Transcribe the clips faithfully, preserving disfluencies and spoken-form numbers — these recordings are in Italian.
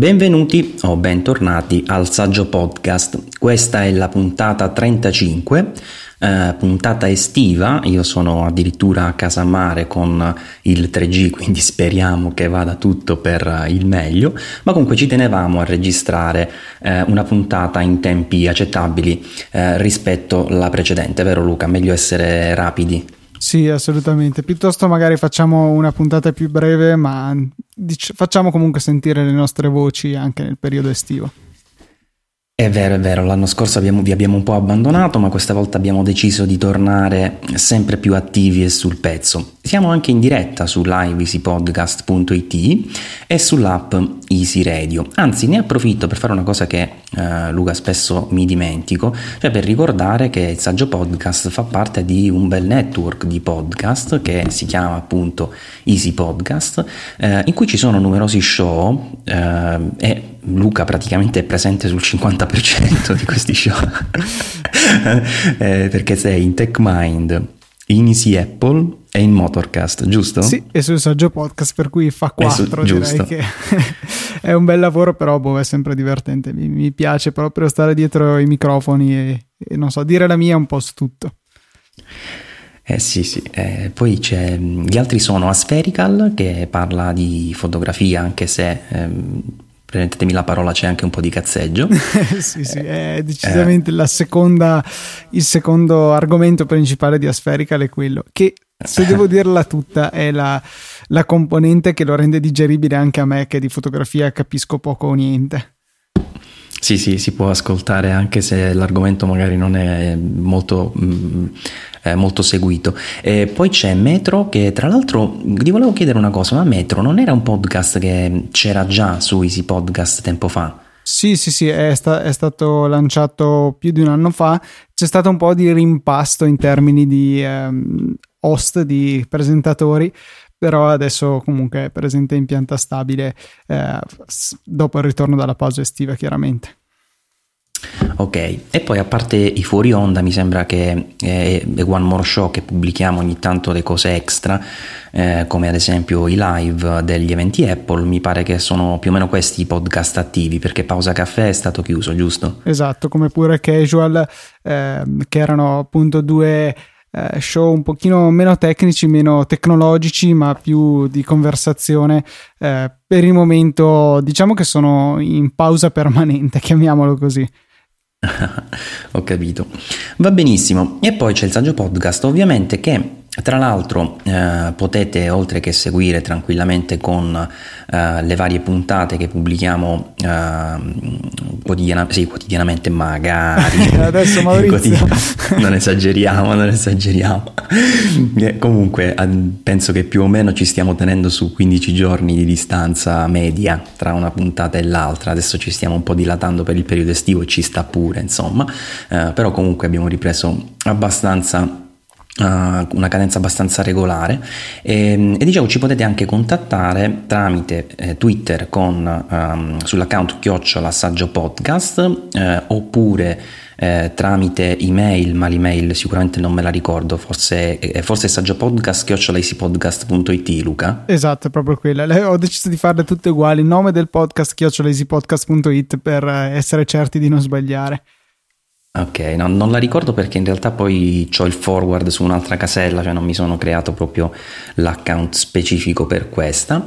Benvenuti o bentornati al Saggio Podcast. Questa è la puntata trentacinque, eh, puntata estiva. Io sono addirittura a casa mare con il tre G, quindi speriamo che vada tutto per il meglio, ma comunque ci tenevamo a registrare eh, una puntata in tempi accettabili eh, rispetto alla precedente, vero Luca? Meglio essere rapidi. Sì, assolutamente. Piuttosto magari facciamo una puntata più breve, ma dic- facciamo comunque sentire le nostre voci anche nel periodo estivo. È vero, è vero, l'anno scorso abbiamo, vi abbiamo un po' abbandonato, ma questa volta abbiamo deciso di tornare sempre più attivi e sul pezzo. Siamo anche in diretta su live easy podcast punto it e sull'app Easy Radio. Anzi, ne approfitto per fare una cosa che eh, Luca spesso mi dimentico, cioè per ricordare che il Saggio Podcast fa parte di un bel network di podcast che si chiama appunto Easy Podcast, eh, in cui ci sono numerosi show eh, e Luca praticamente è presente sul cinquanta per cento di questi show eh, perché sei in TechMind, in Easy Apple e in Motorcast, giusto? Sì, e sul Saggio Podcast, per cui fa quattro, su, direi che è un bel lavoro, però boh, è sempre divertente, mi, mi piace proprio stare dietro i microfoni e, e non so, dire la mia un po' su tutto. Eh sì sì, eh, poi c'è, gli altri sono Aspherical che parla di fotografia, anche se ehm, prendetemi la parola, c'è anche un po' di cazzeggio. Sì, sì, è decisamente eh. la seconda, il secondo argomento principale di Aspherical è quello, che se devo dirla tutta è la, la componente che lo rende digeribile anche a me, che di fotografia capisco poco o niente. Sì, sì, si può ascoltare anche se l'argomento magari non è molto, mh, è molto seguito. E poi c'è Metro, che tra l'altro ti volevo chiedere una cosa, ma Metro non era un podcast che c'era già su Easy Podcast tempo fa? Sì, sì, sì, è, sta- è stato lanciato più di un anno fa. C'è stato un po' di rimpasto in termini di ehm, host, di presentatori, però adesso comunque è presente in pianta stabile eh, dopo il ritorno dalla pausa estiva, chiaramente. Ok, e poi a parte i fuori onda mi sembra che eh, The One More Show, che pubblichiamo ogni tanto le cose extra, eh, come ad esempio i live degli eventi Apple, mi pare che sono più o meno questi i podcast attivi, perché Pausa Caffè è stato chiuso, giusto? Esatto, come pure Casual, eh, che erano appunto due eh, show un pochino meno tecnici, meno tecnologici, ma più di conversazione. Eh, per il momento diciamo che sono in pausa permanente, chiamiamolo così. Ho capito, va benissimo. E poi c'è il Saggio Podcast, ovviamente, che tra l'altro eh, potete, oltre che seguire tranquillamente con eh, le varie puntate che pubblichiamo eh, quotidiana- sì, quotidianamente magari adesso Maurizio non esageriamo non esageriamo eh, comunque penso che più o meno ci stiamo tenendo su quindici giorni di distanza media tra una puntata e l'altra. Adesso ci stiamo un po' dilatando per il periodo estivo e ci sta pure, insomma, eh, però comunque abbiamo ripreso abbastanza Uh, una cadenza abbastanza regolare e, e diciamo ci potete anche contattare tramite eh, Twitter con um, sull'account chiocciola Saggio Podcast eh, oppure eh, tramite email, ma l'email sicuramente non me la ricordo, forse eh, forse è saggiopodcast chiocciola easy podcast punto it, Luca? Esatto, è proprio quella. Ho deciso di farle tutte uguali, il nome del podcast chiocciola easy podcast punto it, per essere certi di non sbagliare. Ok, no, non la ricordo perché in realtà poi c'ho il forward su un'altra casella, cioè non mi sono creato proprio l'account specifico per questa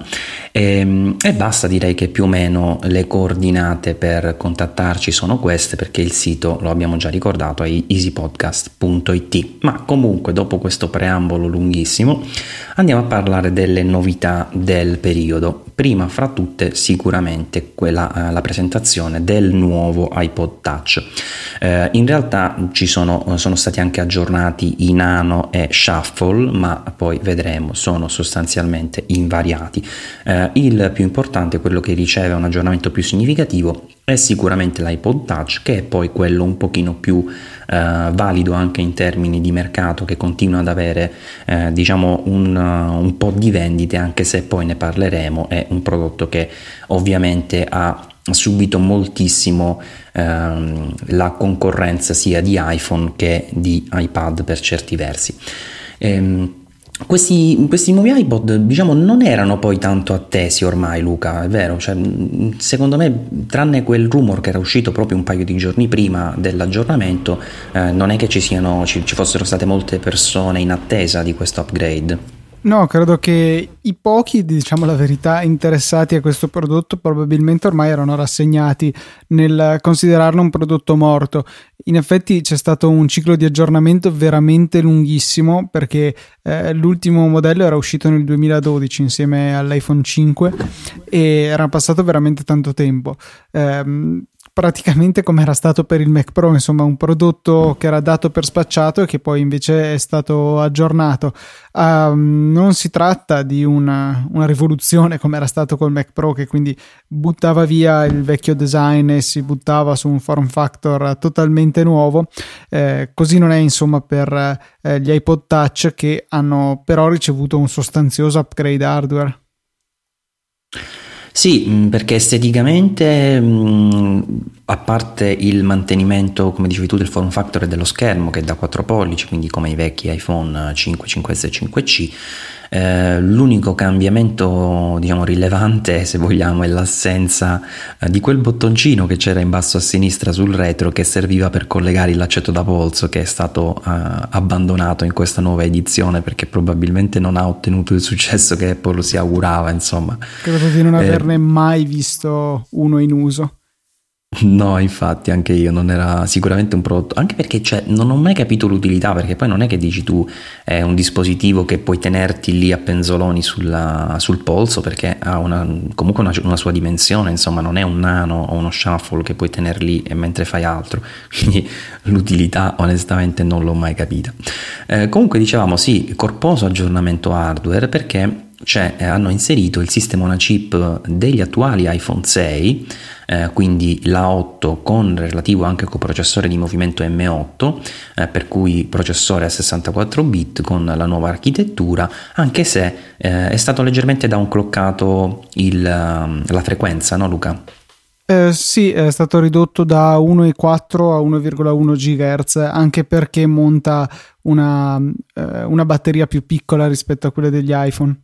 e, e basta, direi che più o meno le coordinate per contattarci sono queste, perché il sito lo abbiamo già ricordato, è easy podcast punto it. Ma comunque, dopo questo preambolo lunghissimo, andiamo a parlare delle novità del periodo. Prima fra tutte sicuramente quella, eh, la presentazione del nuovo iPod Touch. Eh, in realtà ci sono, sono stati anche aggiornati i Nano e Shuffle, ma poi vedremo, sono sostanzialmente invariati. Eh, il più importante, quello che riceve un aggiornamento più significativo, è sicuramente l'iPod Touch, che è poi quello un pochino più eh, valido anche in termini di mercato, che continua ad avere eh, diciamo un, uh, un po' di vendite, anche se poi ne parleremo. È un prodotto che ovviamente ha subito moltissimo ehm, la concorrenza sia di iPhone che di iPad per certi versi. Ehm, Questi, questi nuovi iPod, diciamo, non erano poi tanto attesi ormai, Luca, è vero? Cioè, secondo me, tranne quel rumor che era uscito proprio un paio di giorni prima dell'aggiornamento, eh, non è che ci siano, ci, ci fossero state molte persone in attesa di questo upgrade. No, credo che i pochi, diciamo la verità, interessati a questo prodotto probabilmente ormai erano rassegnati nel considerarlo un prodotto morto. In effetti c'è stato un ciclo di aggiornamento veramente lunghissimo, perché eh, l'ultimo modello era uscito nel duemiladodici insieme all'iPhone cinque e era passato veramente tanto tempo. Ehm, praticamente come era stato per il Mac Pro, insomma un prodotto che era dato per spacciato e che poi invece è stato aggiornato. Um, non si tratta di una, una rivoluzione come era stato col Mac Pro, che quindi buttava via il vecchio design e si buttava su un form factor totalmente nuovo. Eh, così non è insomma per eh, gli iPod Touch, che hanno però ricevuto un sostanzioso upgrade hardware. Sì, perché esteticamente, a parte il mantenimento, come dicevi tu, del form factor e dello schermo, che è da quattro pollici, quindi come i vecchi iPhone cinque, cinque S e cinque C, eh, l'unico cambiamento, diciamo, rilevante, se vogliamo, è l'assenza eh, di quel bottoncino che c'era in basso a sinistra sul retro, che serviva per collegare il laccetto da polso, che è stato eh, abbandonato in questa nuova edizione perché probabilmente non ha ottenuto il successo che Apple si augurava, insomma. Credo di non Eh, averne mai visto uno in uso. No, infatti anche io non era sicuramente un prodotto, anche perché cioè, non ho mai capito l'utilità, perché poi non è che dici tu è un dispositivo che puoi tenerti lì a penzoloni sulla, sul polso, perché ha una, comunque una, una sua dimensione, insomma non è un nano o uno shuffle che puoi tener lì e mentre fai altro, quindi l'utilità onestamente non l'ho mai capita. Eh, comunque dicevamo sì, corposo aggiornamento hardware, perché cioè, eh, hanno inserito il sistema on a chip degli attuali iPhone sei, eh, quindi l'A otto con relativo anche coprocessore di movimento M otto, eh, per cui processore a sessantaquattro bit con la nuova architettura, anche se eh, è stato leggermente downclockato il, la frequenza, no Luca? Eh, sì, è stato ridotto da uno virgola quattro a uno virgola uno gigahertz, anche perché monta una, eh, una batteria più piccola rispetto a quella degli iPhone.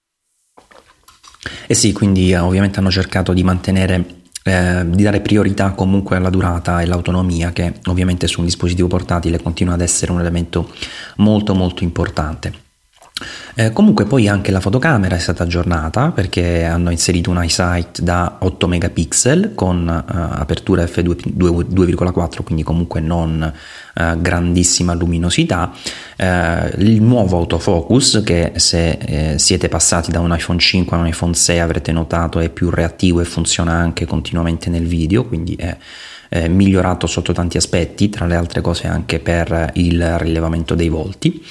Eh sì, quindi eh, ovviamente hanno cercato di mantenere, eh, di dare priorità comunque alla durata e l'autonomia, che ovviamente su un dispositivo portatile continua ad essere un elemento molto molto importante. Eh, comunque poi anche la fotocamera è stata aggiornata, perché hanno inserito un iSight da otto megapixel con eh, apertura effe due virgola quattro, quindi comunque non eh, grandissima luminosità, eh, il nuovo autofocus, che se eh, siete passati da un iPhone cinque a un iPhone sei avrete notato è più reattivo e funziona anche continuamente nel video, quindi è eh, migliorato sotto tanti aspetti, tra le altre cose anche per il rilevamento dei volti.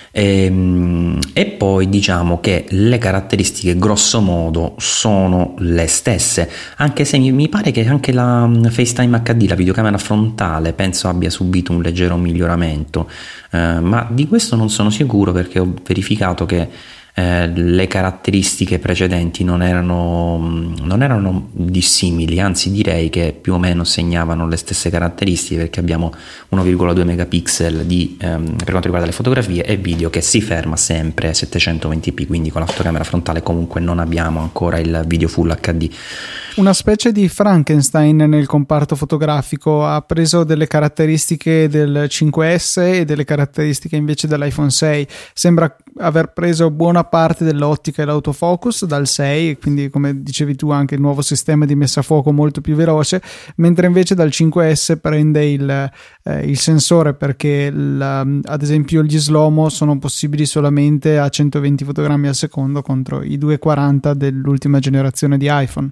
E, e poi diciamo che le caratteristiche grosso modo sono le stesse, anche se mi, mi pare che anche la FaceTime acca di, la videocamera frontale, penso abbia subito un leggero miglioramento, eh, ma di questo non sono sicuro, perché ho verificato che eh, le caratteristiche precedenti non erano, non erano dissimili, anzi direi che più o meno segnavano le stesse caratteristiche, perché abbiamo uno virgola due megapixel di, ehm, per quanto riguarda le fotografie, e video che si ferma sempre a settecentoventi p, quindi con la fotocamera frontale comunque non abbiamo ancora il video full acca di. Una specie di Frankenstein nel comparto fotografico, ha preso delle caratteristiche del cinque S e delle caratteristiche invece dell'iPhone sei. Sembra aver preso buona parte dell'ottica e l'autofocus dal sei, quindi come dicevi tu anche il nuovo sistema di messa a fuoco molto più veloce, mentre invece dal cinque S prende il, eh, il sensore, perché la, ad esempio gli slow-mo sono possibili solamente a centoventi fotogrammi al secondo contro i duecentoquaranta dell'ultima generazione di iPhone.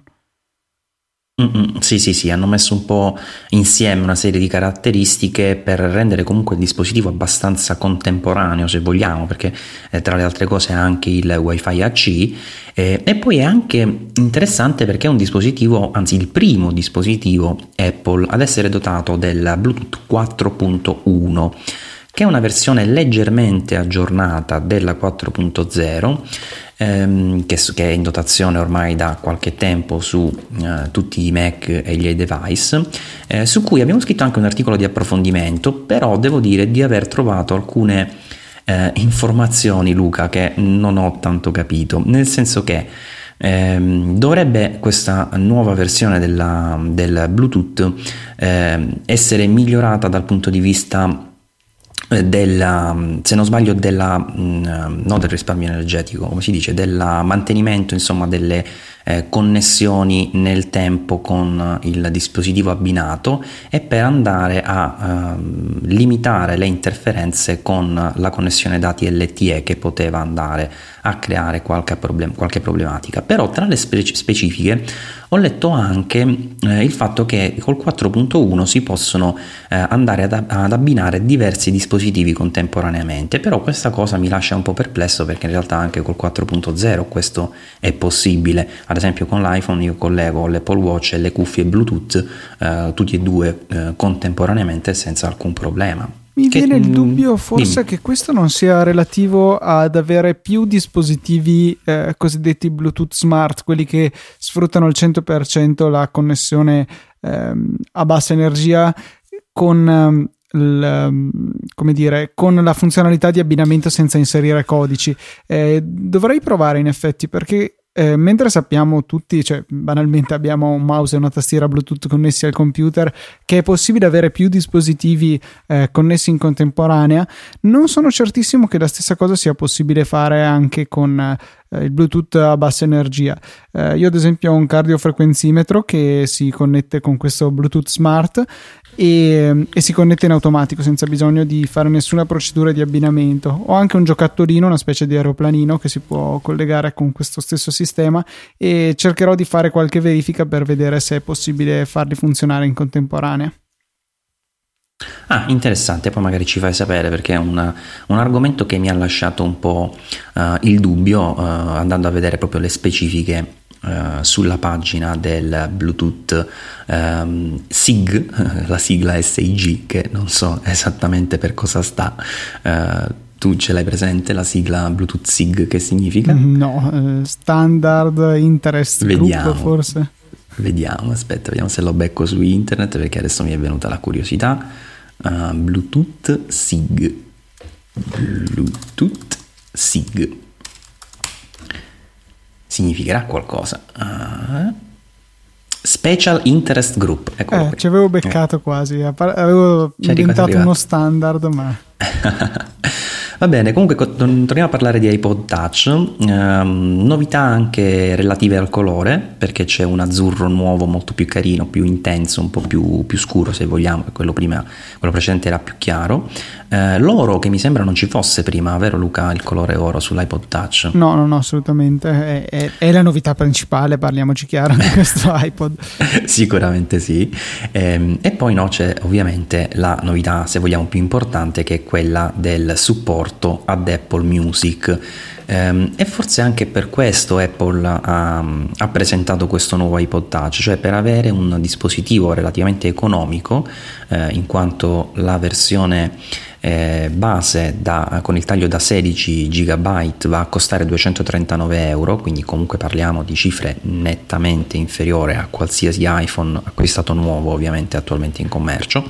Mm-mm, sì, sì, sì, hanno messo un po' insieme una serie di caratteristiche per rendere comunque il dispositivo abbastanza contemporaneo, se vogliamo, perché eh, tra le altre cose ha anche il Wi-Fi A C, eh, e poi è anche interessante perché è un dispositivo, anzi il primo dispositivo Apple ad essere dotato del Bluetooth quattro punto uno, che è una versione leggermente aggiornata della quattro punto zero, ehm, che, che è in dotazione ormai da qualche tempo su eh, tutti i Mac e gli iDevice, eh, su cui abbiamo scritto anche un articolo di approfondimento, però devo dire di aver trovato alcune eh, informazioni, Luca, che non ho tanto capito, nel senso che ehm, dovrebbe questa nuova versione della, del Bluetooth ehm, essere migliorata dal punto di vista della, se non sbaglio, della, mh, non del risparmio energetico, come si dice, del mantenimento, insomma, delle eh, connessioni nel tempo con il dispositivo abbinato, e per andare a eh, limitare le interferenze con la connessione dati L T E, che poteva andare a creare qualche, problem- qualche problematica. Però tra le spe- specifiche ho letto anche eh, il fatto che col quattro punto uno si possono eh, andare ad, ad abbinare diversi dispositivi contemporaneamente, però questa cosa mi lascia un po' perplesso, perché in realtà anche col quattro punto zero questo è possibile. Ad esempio con l'iPhone io collego l'Apple Watch e le cuffie Bluetooth eh, tutti e due eh, contemporaneamente senza alcun problema. Mi Che, viene il dubbio forse dimmi. che questo non sia relativo ad avere più dispositivi eh, cosiddetti Bluetooth Smart, quelli che sfruttano al cento per cento la connessione ehm, a bassa energia con, ehm, il, come dire, con la funzionalità di abbinamento senza inserire codici. Eh, dovrei provare in effetti, perché Eh, mentre sappiamo tutti, cioè banalmente abbiamo un mouse e una tastiera Bluetooth connessi al computer, che è possibile avere più dispositivi eh, connessi in contemporanea, non sono certissimo che la stessa cosa sia possibile fare anche con eh, il Bluetooth a bassa energia. Eh, io ad esempio ho un cardiofrequenzimetro che si connette con questo Bluetooth Smart e, e si connette in automatico senza bisogno di fare nessuna procedura di abbinamento. Ho anche un giocattolino, una specie di aeroplanino che si può collegare con questo stesso sistema, e cercherò di fare qualche verifica per vedere se è possibile farli funzionare in contemporanea. Ah, interessante, poi magari ci fai sapere, perché è una, un argomento che mi ha lasciato un po' uh, il dubbio, uh, andando a vedere proprio le specifiche Uh, sulla pagina del Bluetooth um, S I G, la sigla S I G, che non so esattamente per cosa sta. Uh, tu ce l'hai presente la sigla Bluetooth S I G, che significa? No, eh, Standard Interest Vediamo. Group forse. Vediamo, aspetta, vediamo se lo becco su internet, perché adesso mi è venuta la curiosità. Uh, Bluetooth S I G, Bluetooth S I G significherà qualcosa. Uh, Special Interest Group. Eccolo Eh, qui. ci avevo beccato eh. quasi. Avevo C'eri inventato uno standard, ma Va bene, comunque torniamo a parlare di iPod Touch. Um, novità anche relative al colore, perché c'è un azzurro nuovo molto più carino, più intenso, un po' più, più scuro se vogliamo, quello prima, quello precedente era più chiaro. Uh, l'oro, che mi sembra non ci fosse prima, vero Luca, il colore oro sull'iPod Touch? no, no, no, assolutamente. È, è, è la novità principale, parliamoci chiaro, di questo iPod. Sicuramente sì. Ehm, e poi no, c'è ovviamente la novità, se vogliamo, più importante, che è quella del supporto ad Apple Music. Ehm, e forse anche per questo Apple ha, ha presentato questo nuovo iPod Touch, cioè per avere un dispositivo relativamente economico, eh, in quanto la versione eh, base da, con il taglio da sedici giga byte va a costare duecentotrentanove euro, quindi comunque parliamo di cifre nettamente inferiori a qualsiasi iPhone acquistato nuovo, ovviamente attualmente in commercio.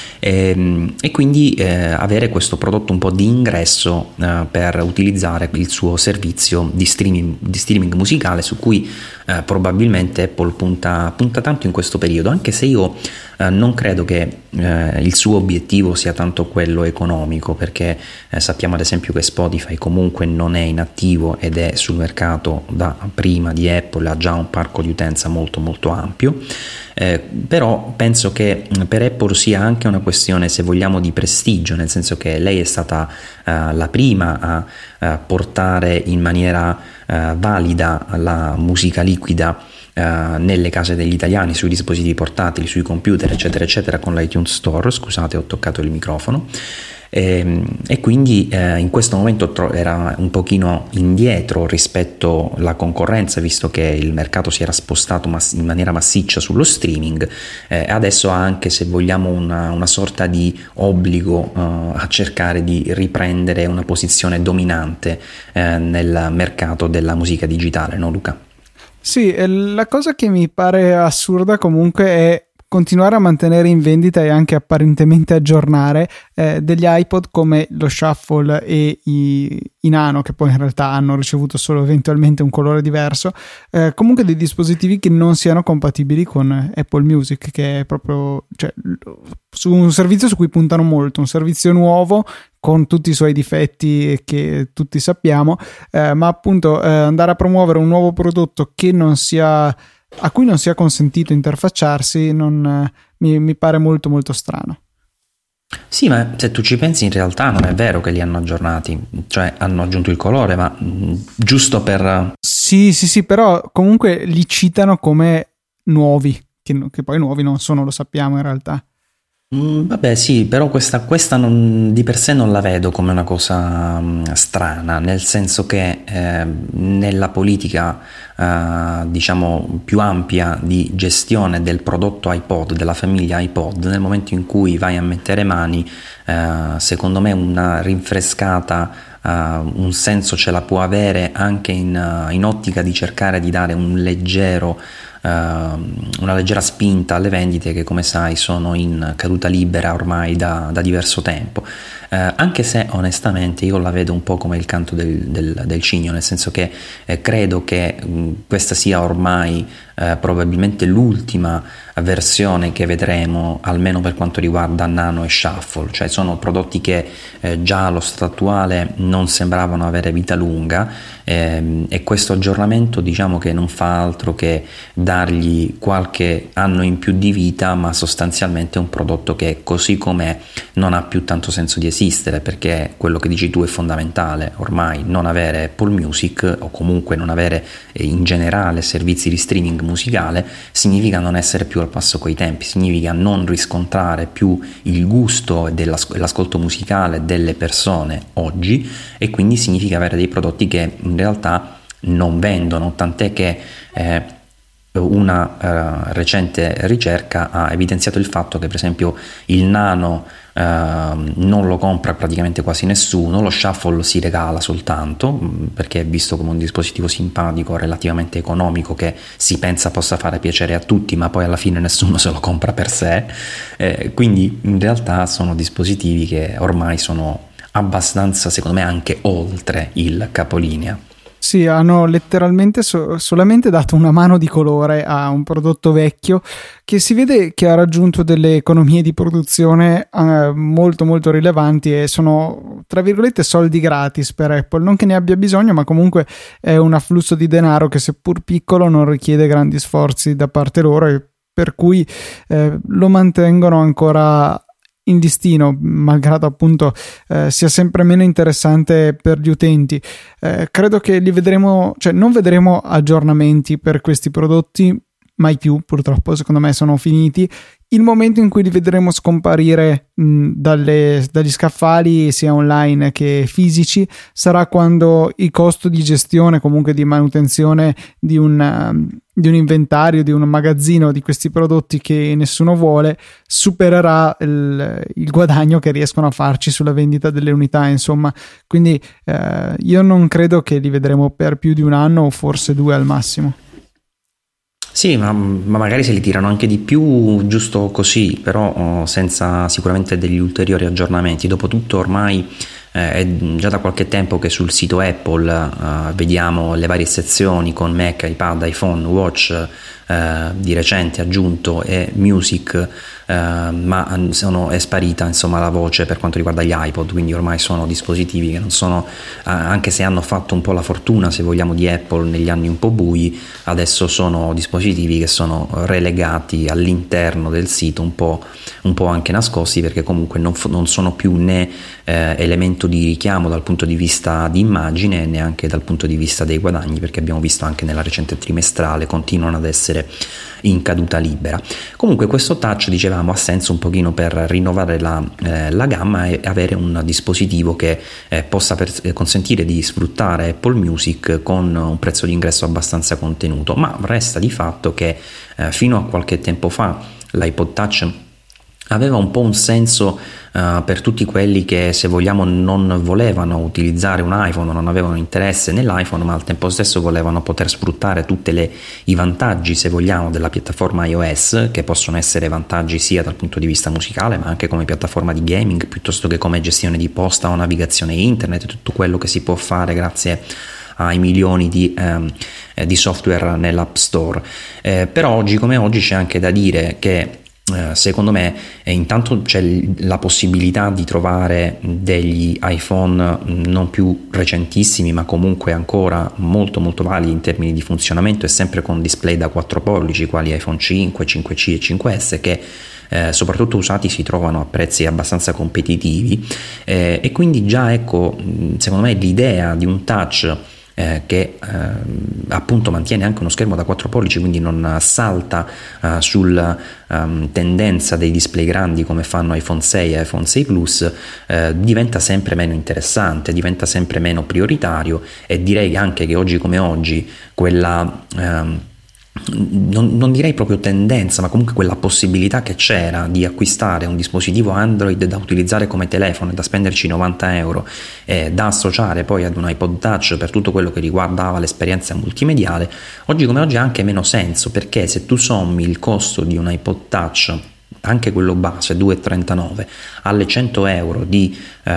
E, e quindi eh, avere questo prodotto un po' di ingresso eh, per utilizzare il suo servizio di streaming, di streaming musicale, su cui eh, probabilmente Apple punta, punta tanto in questo periodo, anche se io eh, non credo che eh, il suo obiettivo sia tanto quello economico, perché eh, sappiamo ad esempio che Spotify comunque non è in attivo ed è sul mercato da prima di Apple, ha già un parco di utenza molto molto ampio. Eh, però penso che per Apple sia anche una questione, se vogliamo, di prestigio, nel senso che lei è stata uh, la prima a, a portare in maniera uh, valida la musica liquida uh, nelle case degli italiani, sui dispositivi portatili, sui computer, eccetera eccetera, con l'iTunes Store. Scusate, ho toccato il microfono. E, e quindi eh, in questo momento tro- era un pochino indietro rispetto alla concorrenza, visto che il mercato si era spostato mass- in maniera massiccia sullo streaming. Eh, adesso ha anche, se vogliamo, una, una sorta di obbligo eh, a cercare di riprendere una posizione dominante eh, nel mercato della musica digitale, no Luca? Sì, la cosa che mi pare assurda comunque è continuare a mantenere in vendita e anche apparentemente aggiornare eh, degli iPod come lo Shuffle e i, i Nano, che poi in realtà hanno ricevuto solo eventualmente un colore diverso, eh, comunque dei dispositivi che non siano compatibili con Apple Music, che è proprio, cioè, su un servizio su cui puntano molto, un servizio nuovo con tutti i suoi difetti che tutti sappiamo, eh, ma appunto eh, andare a promuovere un nuovo prodotto che non sia a cui non sia consentito interfacciarsi non, mi, mi pare molto molto strano. Sì, ma se tu ci pensi in realtà non è vero che li hanno aggiornati, cioè hanno aggiunto il colore, ma mh, giusto per... Sì, sì, sì, però comunque li citano come nuovi, che, che poi nuovi non sono, lo sappiamo in realtà. Mm, vabbè, sì, però questa, questa non, di per sé non la vedo come una cosa mm, strana, nel senso che eh, nella politica eh, diciamo più ampia di gestione del prodotto iPod, della famiglia iPod, nel momento in cui vai a mettere mani, eh, secondo me una rinfrescata, eh, un senso ce la può avere anche in, in ottica di cercare di dare un leggero Uh, una leggera spinta alle vendite che, come sai, sono in caduta libera ormai da, da diverso tempo, uh, anche se onestamente io la vedo un po' come il canto del, del, del cigno, nel senso che eh, credo che mh, questa sia ormai eh, probabilmente l'ultima versione che vedremo, almeno per quanto riguarda Nano e Shuffle, cioè sono prodotti che eh, già allo stato attuale non sembravano avere vita lunga, ehm, e questo aggiornamento diciamo che non fa altro che dargli qualche anno in più di vita, ma sostanzialmente è un prodotto che così com'è non ha più tanto senso di esistere, perché quello che dici tu è fondamentale, ormai non avere Apple Music o comunque non avere eh, in generale servizi di streaming musicale significa non essere più al passo coi tempi, significa non riscontrare più il gusto dell'ascolto musicale delle persone oggi, e quindi significa avere dei prodotti che in realtà non vendono, tant'è che eh, una uh, recente ricerca ha evidenziato il fatto che per esempio il Nano uh, non lo compra praticamente quasi nessuno, lo Shuffle si regala soltanto perché è visto come un dispositivo simpatico, relativamente economico, che si pensa possa fare piacere a tutti, ma poi alla fine nessuno se lo compra per sé, eh, quindi in realtà sono dispositivi che ormai sono abbastanza, secondo me, anche oltre il capolinea. Sì, hanno letteralmente so- solamente dato una mano di colore a un prodotto vecchio che si vede che ha raggiunto delle economie di produzione eh, molto molto rilevanti, e sono, tra virgolette, soldi gratis per Apple, non che ne abbia bisogno, ma comunque è un afflusso di denaro che, seppur piccolo, non richiede grandi sforzi da parte loro, e per cui eh, lo mantengono ancora in listino, malgrado appunto eh, sia sempre meno interessante per gli utenti. Eh, credo che li vedremo, cioè non vedremo aggiornamenti per questi prodotti mai più, purtroppo, secondo me sono finiti. Il momento in cui li vedremo scomparire mh, dalle, dagli scaffali sia online che fisici sarà quando il costo di gestione, comunque di manutenzione di un, di un inventario, di un magazzino di questi prodotti che nessuno vuole, supererà il, il guadagno che riescono a farci sulla vendita delle unità, insomma. Quindi eh, io non credo che li vedremo per più di un anno, o forse due al massimo. Sì, ma, ma magari se li tirano anche di più, giusto così, però oh, senza sicuramente degli ulteriori aggiornamenti. Dopotutto ormai eh, è già da qualche tempo che sul sito Apple eh, vediamo le varie sezioni con Mac, iPad, iPhone, Watch, eh, di recente aggiunto, e Music, eh, ma sono, è sparita insomma la voce per quanto riguarda gli iPod, quindi ormai sono dispositivi che non sono, eh, anche se hanno fatto un po' la fortuna, se vogliamo, di Apple negli anni un po' bui, adesso sono dispositivi che sono relegati all'interno del sito, un po', un po' anche nascosti, perché comunque non, non sono più né eh, elemento di richiamo dal punto di vista di immagine, neanche dal punto di vista dei guadagni, perché abbiamo visto anche nella recente trimestrale continuano ad essere in caduta libera. Comunque questo touch, dicevamo, ha senso un pochino per rinnovare la, eh, la gamma e avere un dispositivo che eh, possa per, consentire di sfruttare Apple Music con un prezzo di ingresso abbastanza contenuto, ma resta di fatto che eh, fino a qualche tempo fa l'iPod Touch aveva un po' un senso uh, per tutti quelli che, se vogliamo, non volevano utilizzare un iPhone, non avevano interesse nell'iPhone, ma al tempo stesso volevano poter sfruttare tutti i vantaggi, se vogliamo, della piattaforma iOS, che possono essere vantaggi sia dal punto di vista musicale, ma anche come piattaforma di gaming, piuttosto che come gestione di posta o navigazione internet, tutto quello che si può fare grazie ai milioni di, ehm, di software nell'App Store. Eh, però oggi come oggi c'è anche da dire che Uh, secondo me eh, intanto c'è l- la possibilità di trovare degli iPhone non più recentissimi, ma comunque ancora molto molto validi in termini di funzionamento e sempre con display da quattro pollici, quali iPhone cinque, cinque C e cinque S, che eh, soprattutto usati si trovano a prezzi abbastanza competitivi, eh, e quindi già, ecco, secondo me l'idea di un touch Eh, che eh, appunto mantiene anche uno schermo da quattro pollici, quindi non salta eh, sulla um, tendenza dei display grandi come fanno iPhone sei e iPhone sei Plus, eh, diventa sempre meno interessante, diventa sempre meno prioritario, e direi anche che oggi come oggi quella um, Non, non direi proprio tendenza, ma comunque quella possibilità che c'era di acquistare un dispositivo Android da utilizzare come telefono e da spenderci novanta euro e da associare poi ad un iPod Touch per tutto quello che riguardava l'esperienza multimediale, oggi come oggi ha anche meno senso, perché se tu sommi il costo di un iPod Touch, anche quello base due virgola trentanove, alle cento euro di uh,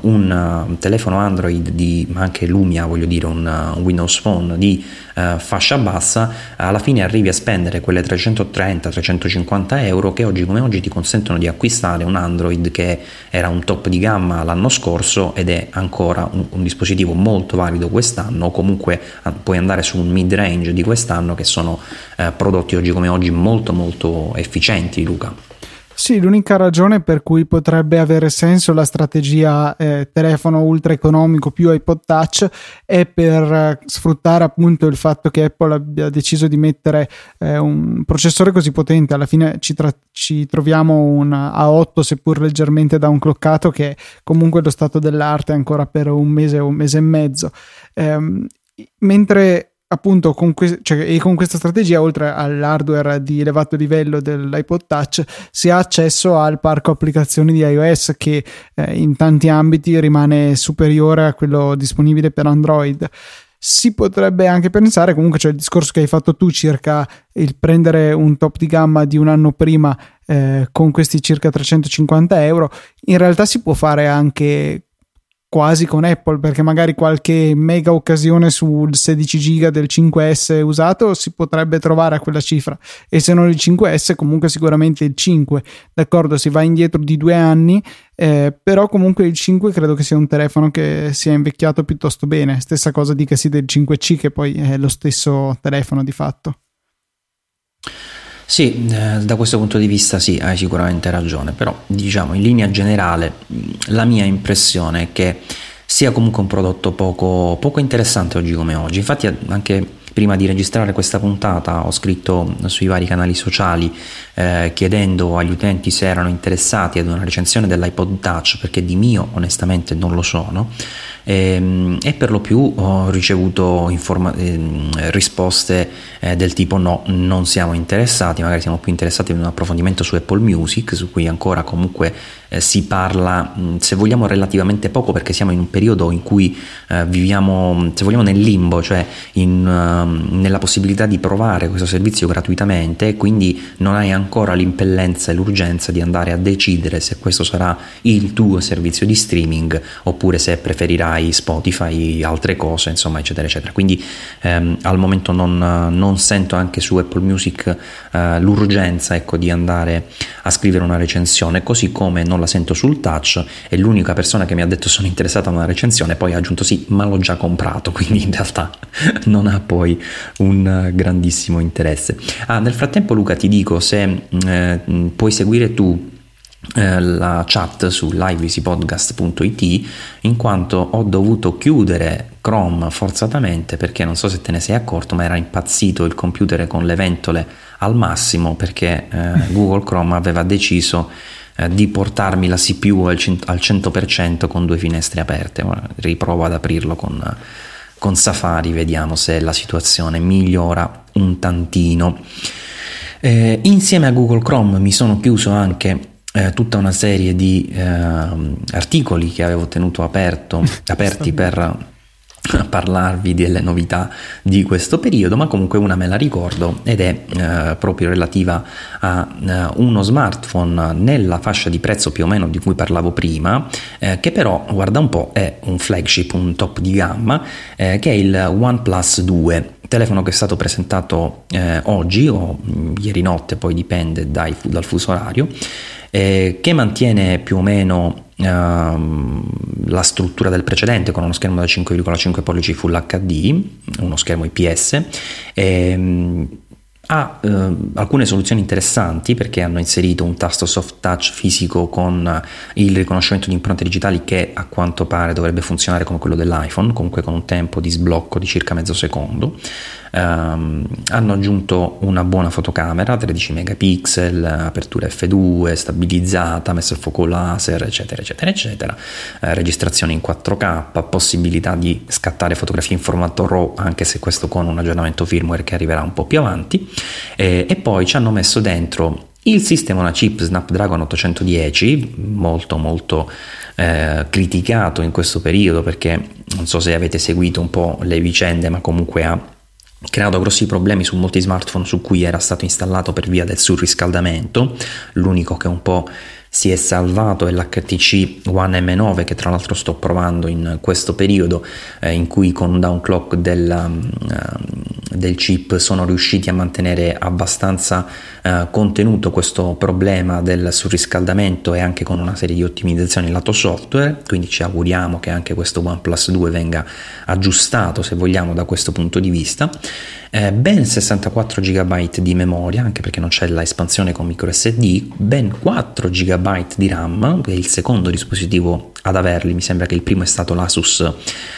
un uh, telefono Android, di anche Lumia, voglio dire un, uh, un Windows Phone di uh, fascia bassa, alla fine arrivi a spendere quelle trecentotrenta trecentocinquanta euro che oggi come oggi ti consentono di acquistare un Android che era un top di gamma l'anno scorso ed è ancora un, un dispositivo molto valido quest'anno, o comunque uh, puoi andare su un mid range di quest'anno, che sono uh, prodotti oggi come oggi molto molto efficienti, Luca. Sì, l'unica ragione per cui potrebbe avere senso la strategia eh, telefono ultra economico più iPod Touch è per eh, sfruttare appunto il fatto che Apple abbia deciso di mettere eh, un processore così potente. Alla fine ci, tra- ci troviamo un A otto, seppur leggermente downclockato, che comunque è lo stato dell'arte ancora per un mese o un mese e mezzo. Ehm, mentre appunto con, que- cioè, e con questa strategia, oltre all'hardware di elevato livello dell'iPod Touch, si ha accesso al parco applicazioni di iOS che eh, in tanti ambiti rimane superiore a quello disponibile per Android. Si potrebbe anche pensare, comunque, cioè il discorso che hai fatto tu circa il prendere un top di gamma di un anno prima eh, con questi circa trecentocinquanta euro, in realtà si può fare anche quasi con Apple, perché magari qualche mega occasione sul sedici giga del cinque S usato si potrebbe trovare a quella cifra, e se non il cinque S comunque sicuramente il cinque. D'accordo, si va indietro di due anni, eh, però comunque il cinque credo che sia un telefono che sia invecchiato piuttosto bene. Stessa cosa dicasi del cinque C, che poi è lo stesso telefono di fatto. Sì, eh, da questo punto di vista sì, hai sicuramente ragione, però diciamo in linea generale la mia impressione è che sia comunque un prodotto poco, poco interessante oggi come oggi. Infatti anche prima di registrare questa puntata ho scritto sui vari canali sociali eh, chiedendo agli utenti se erano interessati ad una recensione dell'iPod Touch, perché di mio onestamente non lo sono. E, e per lo più ho ricevuto informa- eh, risposte eh, del tipo no, non siamo interessati, magari siamo più interessati in un approfondimento su Apple Music, su cui ancora comunque eh, si parla, mh, se vogliamo, relativamente poco, perché siamo in un periodo in cui eh, viviamo, se vogliamo, nel limbo, cioè in, uh, nella possibilità di provare questo servizio gratuitamente, e quindi non hai ancora l'impellenza e l'urgenza di andare a decidere se questo sarà il tuo servizio di streaming oppure se preferirai Spotify, altre cose, insomma, eccetera eccetera. Quindi ehm, al momento non, non sento anche su Apple Music eh, l'urgenza, ecco, di andare a scrivere una recensione, così come non la sento sul Touch, e l'unica persona che mi ha detto sono interessata a una recensione poi ha aggiunto sì, ma l'ho già comprato, quindi in realtà non ha poi un grandissimo interesse. Ah, nel frattempo, Luca, ti dico, se eh, puoi seguire tu la chat su live easy podcast punto it, in quanto ho dovuto chiudere Chrome forzatamente, perché non so se te ne sei accorto, ma era impazzito il computer con le ventole al massimo, perché eh, Google Chrome aveva deciso eh, di portarmi la C P U al, cent- al cento per cento con due finestre aperte. Ora riprovo ad aprirlo con, con Safari, vediamo se la situazione migliora un tantino. Eh, insieme a Google Chrome mi sono chiuso anche eh, tutta una serie di eh, articoli che avevo tenuto aperto, aperti per parlarvi delle novità di questo periodo, ma comunque una me la ricordo ed è eh, proprio relativa a eh, uno smartphone nella fascia di prezzo più o meno di cui parlavo prima, eh, che però, guarda un po', è un flagship, un top di gamma, eh, che è il OnePlus due, telefono che è stato presentato eh, oggi o mh, ieri notte, poi dipende dai, dal fuso orario, eh, che mantiene più o meno Uh, la struttura del precedente, con uno schermo da cinque virgola cinque pollici Full acca di, uno schermo I P S, e, um, ha uh, alcune soluzioni interessanti, perché hanno inserito un tasto soft touch fisico con uh, il riconoscimento di impronte digitali, che a quanto pare dovrebbe funzionare come quello dell'iPhone, comunque con un tempo di sblocco di circa mezzo secondo. Um, hanno aggiunto una buona fotocamera, tredici megapixel, apertura effe due, stabilizzata, messo il fuoco laser, eccetera eccetera eccetera, eh, registrazione in quattro K, possibilità di scattare fotografie in formato RAW, anche se questo con un aggiornamento firmware che arriverà un po' più avanti, eh, e poi ci hanno messo dentro il sistema una chip Snapdragon ottocentodieci, molto molto eh, criticato in questo periodo, perché non so se avete seguito un po' le vicende, ma comunque ha creato grossi problemi su molti smartphone su cui era stato installato per via del surriscaldamento. L'unico che un po' si è salvato è l'H T C One M nove, che tra l'altro sto provando in questo periodo, eh, in cui con un downclock del, uh, del chip sono riusciti a mantenere abbastanza uh, contenuto questo problema del surriscaldamento, e anche con una serie di ottimizzazioni lato software, quindi ci auguriamo che anche questo OnePlus due venga aggiustato, se vogliamo, da questo punto di vista. Eh, ben sessantaquattro giga di memoria, anche perché non c'è la espansione con micro S D, ben quattro giga di RAM, che è il secondo dispositivo ad averli. Mi sembra che il primo è stato l'Asus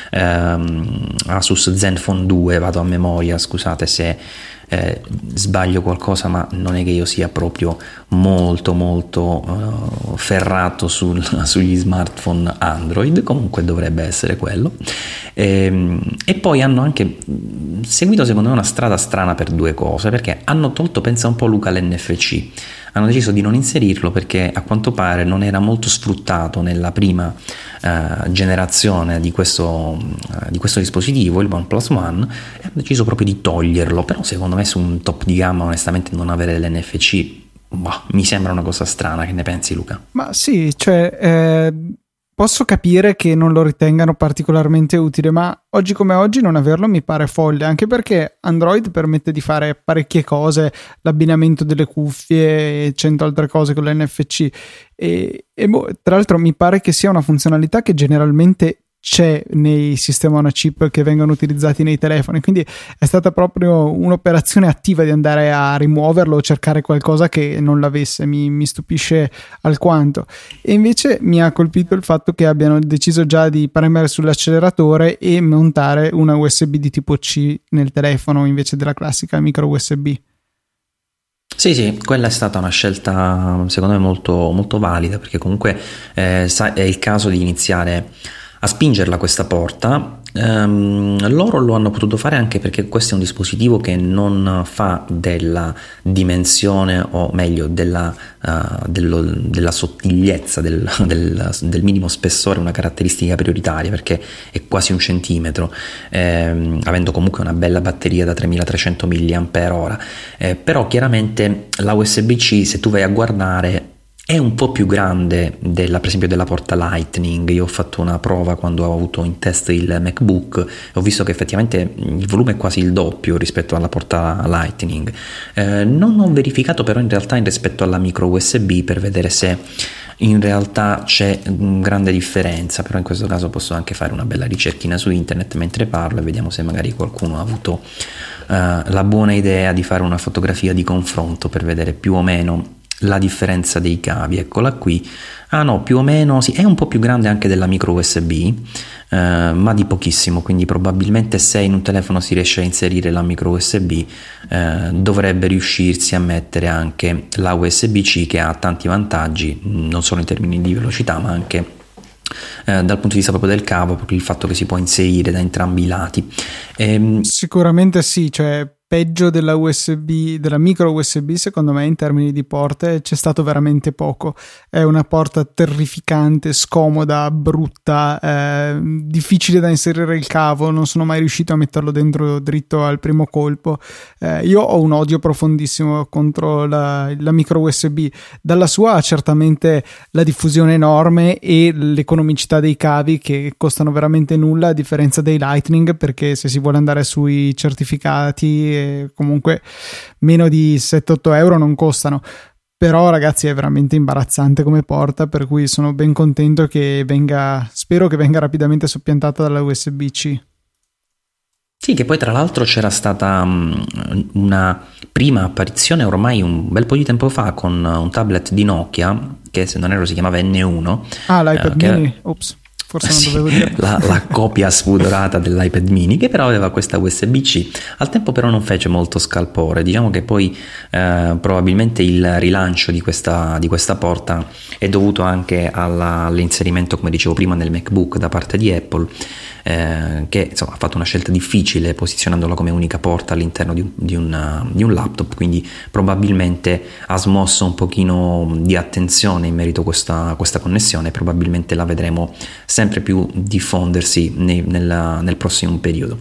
ehm, Asus Zenfone due, vado a memoria, scusate se eh, sbaglio qualcosa, ma non è che io sia proprio molto molto uh, ferrato sul, sugli smartphone Android, comunque dovrebbe essere quello. E, e poi hanno anche seguito secondo me una strada strana per due cose, perché hanno tolto, pensa un po', Luca, l'N F C. Hanno deciso di non inserirlo perché a quanto pare non era molto sfruttato nella prima uh, generazione di questo, uh, di questo dispositivo, il OnePlus One, e hanno deciso proprio di toglierlo. Però secondo me su un top di gamma onestamente non avere l'N F C, boh, mi sembra una cosa strana. Che ne pensi, Luca? Ma sì, cioè eh, posso capire che non lo ritengano particolarmente utile, ma oggi come oggi non averlo mi pare folle, anche perché Android permette di fare parecchie cose, l'abbinamento delle cuffie e cento altre cose con l'N F C, e, e boh, tra l'altro mi pare che sia una funzionalità che generalmente c'è nei sistemi on a chip che vengono utilizzati nei telefoni, quindi è stata proprio un'operazione attiva di andare a rimuoverlo o cercare qualcosa che non l'avesse. Mi, mi stupisce alquanto. E invece mi ha colpito il fatto che abbiano deciso già di premere sull'acceleratore e montare una U S B di tipo C nel telefono invece della classica micro U S B. Sì, sì, quella è stata una scelta secondo me molto, molto valida, perché comunque eh, è il caso di iniziare a spingerla questa porta. Um, loro lo hanno potuto fare anche perché questo è un dispositivo che non fa della dimensione, o meglio della, uh, dello, della sottigliezza del, del, del minimo spessore una caratteristica prioritaria, perché è quasi un centimetro, ehm, avendo comunque una bella batteria da tremilatrecento milliamperi ora, eh, però chiaramente la U S B C, se tu vai a guardare, è un po' più grande della, per esempio, della porta Lightning. Io ho fatto una prova quando ho avuto in test il MacBook e ho visto che effettivamente il volume è quasi il doppio rispetto alla porta Lightning. Eh, non ho verificato però in realtà in rispetto alla micro U S B per vedere se in realtà c'è una grande differenza, però in questo caso posso anche fare una bella ricerchina su internet mentre parlo e vediamo se magari qualcuno ha avuto uh, la buona idea di fare una fotografia di confronto per vedere più o meno la differenza dei cavi. Eccola qui. Ah no, più o meno sì, è un po' più grande anche della micro U S B, eh, ma di pochissimo, quindi probabilmente se in un telefono si riesce a inserire la micro U S B, eh, dovrebbe riuscirsi a mettere anche la U S B C, che ha tanti vantaggi, non solo in termini di velocità, ma anche eh, dal punto di vista proprio del cavo, proprio il fatto che si può inserire da entrambi i lati. E sicuramente sì, cioè peggio della U S B, della micro U S B, secondo me in termini di porte c'è stato veramente poco. È una porta terrificante, scomoda, brutta, eh, difficile da inserire il cavo, non sono mai riuscito a metterlo dentro dritto al primo colpo. Eh, io ho un odio profondissimo contro la, la micro U S B. Dalla sua ha certamente la diffusione enorme e l'economicità dei cavi che costano veramente nulla, a differenza dei Lightning, perché se si vuole andare sui certificati comunque meno di sette otto euro non costano. Però ragazzi è veramente imbarazzante come porta, per cui sono ben contento che venga, spero che venga rapidamente soppiantata dalla U S B C. Sì, che poi tra l'altro c'era stata um, una prima apparizione ormai un bel po' di tempo fa con un tablet di Nokia che, se non erro, si chiamava N uno. Ah, l'iPad eh, che... mini? Ops. Forse non sì, dovevo dire. La, la copia spudorata dell'iPad mini, che però aveva questa U S B C. Al tempo però non fece molto scalpore. Diciamo che poi eh, probabilmente il rilancio di questa, di questa porta è dovuto anche alla, all'inserimento, come dicevo prima, nel MacBook da parte di Apple, eh, che insomma ha fatto una scelta difficile posizionandola come unica porta all'interno di un, di, una, di un laptop, quindi probabilmente ha smosso un pochino di attenzione in merito a questa, questa connessione. Probabilmente la vedremo sempre più diffondersi nei, nella, nel prossimo periodo.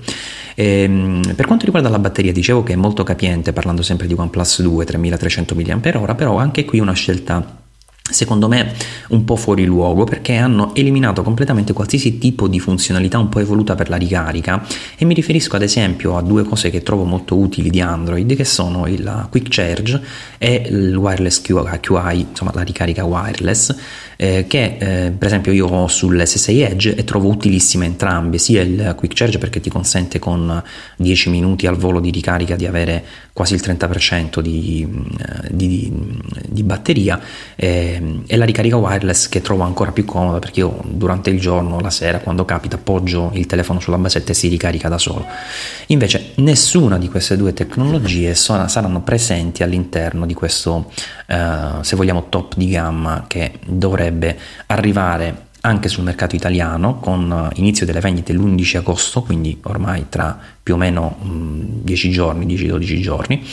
E, per quanto riguarda la batteria, dicevo che è molto capiente, parlando sempre di OnePlus due, tremilatrecento milliamperi orari, però anche qui una scelta secondo me un po' fuori luogo, perché hanno eliminato completamente qualsiasi tipo di funzionalità un po' evoluta per la ricarica, e mi riferisco ad esempio a due cose che trovo molto utili di Android, che sono il Quick Charge e il Wireless Q I, insomma la ricarica wireless, eh, che eh, per esempio io ho sull'S sei Edge e trovo utilissime entrambe, sia il Quick Charge perché ti consente con dieci minuti al volo di ricarica di avere quasi il trenta per cento di, di, di batteria, eh, e la ricarica wireless che trovo ancora più comoda, perché io durante il giorno, la sera, quando capita, appoggio il telefono sulla basetta e si ricarica da solo. Invece nessuna di queste due tecnologie sono, saranno presenti all'interno di questo, eh, se vogliamo, top di gamma che dovrebbe arrivare anche sul mercato italiano con inizio delle vendite l'undici agosto, quindi ormai tra più o meno dieci giorni, dieci dodici giorni,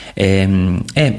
e, e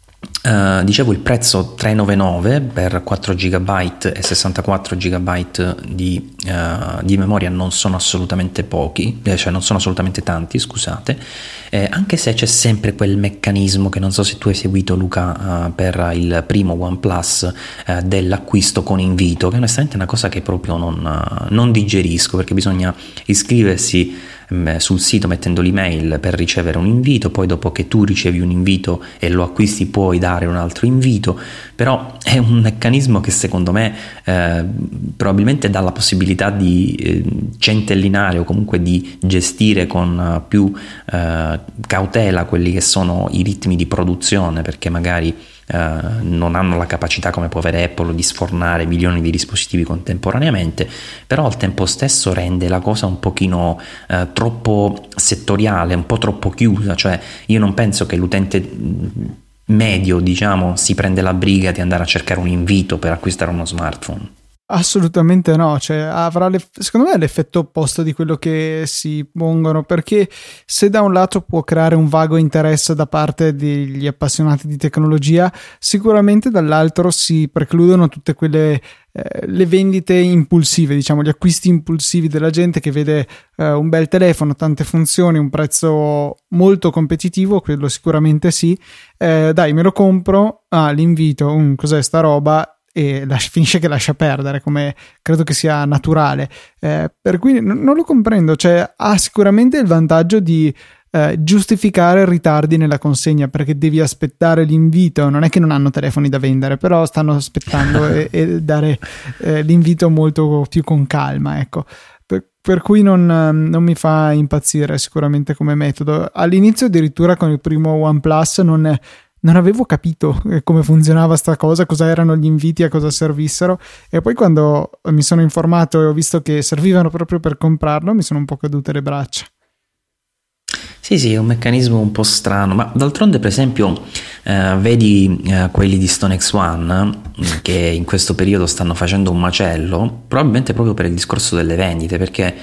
Uh, dicevo, il prezzo trecentonovantanove per quattro giga e sessantaquattro giga di, uh, di memoria non sono assolutamente pochi, eh, cioè non sono assolutamente tanti, scusate, eh, anche se c'è sempre quel meccanismo che non so se tu hai seguito, Luca, uh, per il primo OnePlus, uh, dell'acquisto con invito, che onestamente è una cosa che proprio non, uh, non digerisco, perché bisogna iscriversi sul sito mettendo l'email per ricevere un invito, poi dopo che tu ricevi un invito e lo acquisti puoi dare un altro invito, però è un meccanismo che secondo me eh, probabilmente dà la possibilità di eh, centellinare o comunque di gestire con uh, più uh, cautela quelli che sono i ritmi di produzione, perché magari Uh, non hanno la capacità, come può avere Apple, di sfornare milioni di dispositivi contemporaneamente, però al tempo stesso rende la cosa un pochino uh, troppo settoriale, un po' troppo chiusa. Cioè io non penso che l'utente medio, diciamo, si prende la briga di andare a cercare un invito per acquistare uno smartphone. Assolutamente no, cioè avrà le, secondo me è l'effetto opposto di quello che si pongono, perché se da un lato può creare un vago interesse da parte degli appassionati di tecnologia, sicuramente dall'altro si precludono tutte quelle eh, le vendite impulsive, diciamo gli acquisti impulsivi della gente che vede eh, un bel telefono, tante funzioni, un prezzo molto competitivo, quello sicuramente sì, eh, dai me lo compro, ah l'invito, um, cos'è sta roba, e lascia, finisce che lascia perdere, come credo che sia naturale, eh, per cui n- non lo comprendo. Cioè ha sicuramente il vantaggio di eh, giustificare ritardi nella consegna, perché devi aspettare l'invito, non è che non hanno telefoni da vendere, però stanno aspettando e, e dare eh, l'invito molto più con calma, ecco. Per, per cui non, non mi fa impazzire sicuramente come metodo. All'inizio addirittura con il primo OnePlus non è non avevo capito come funzionava sta cosa, cosa erano gli inviti, a cosa servissero, e poi quando mi sono informato e ho visto che servivano proprio per comprarlo mi sono un po' cadute le braccia. Sì, sì, è un meccanismo un po' strano, ma d'altronde per esempio eh, vedi eh, quelli di StoneX One che in questo periodo stanno facendo un macello, probabilmente proprio per il discorso delle vendite, perché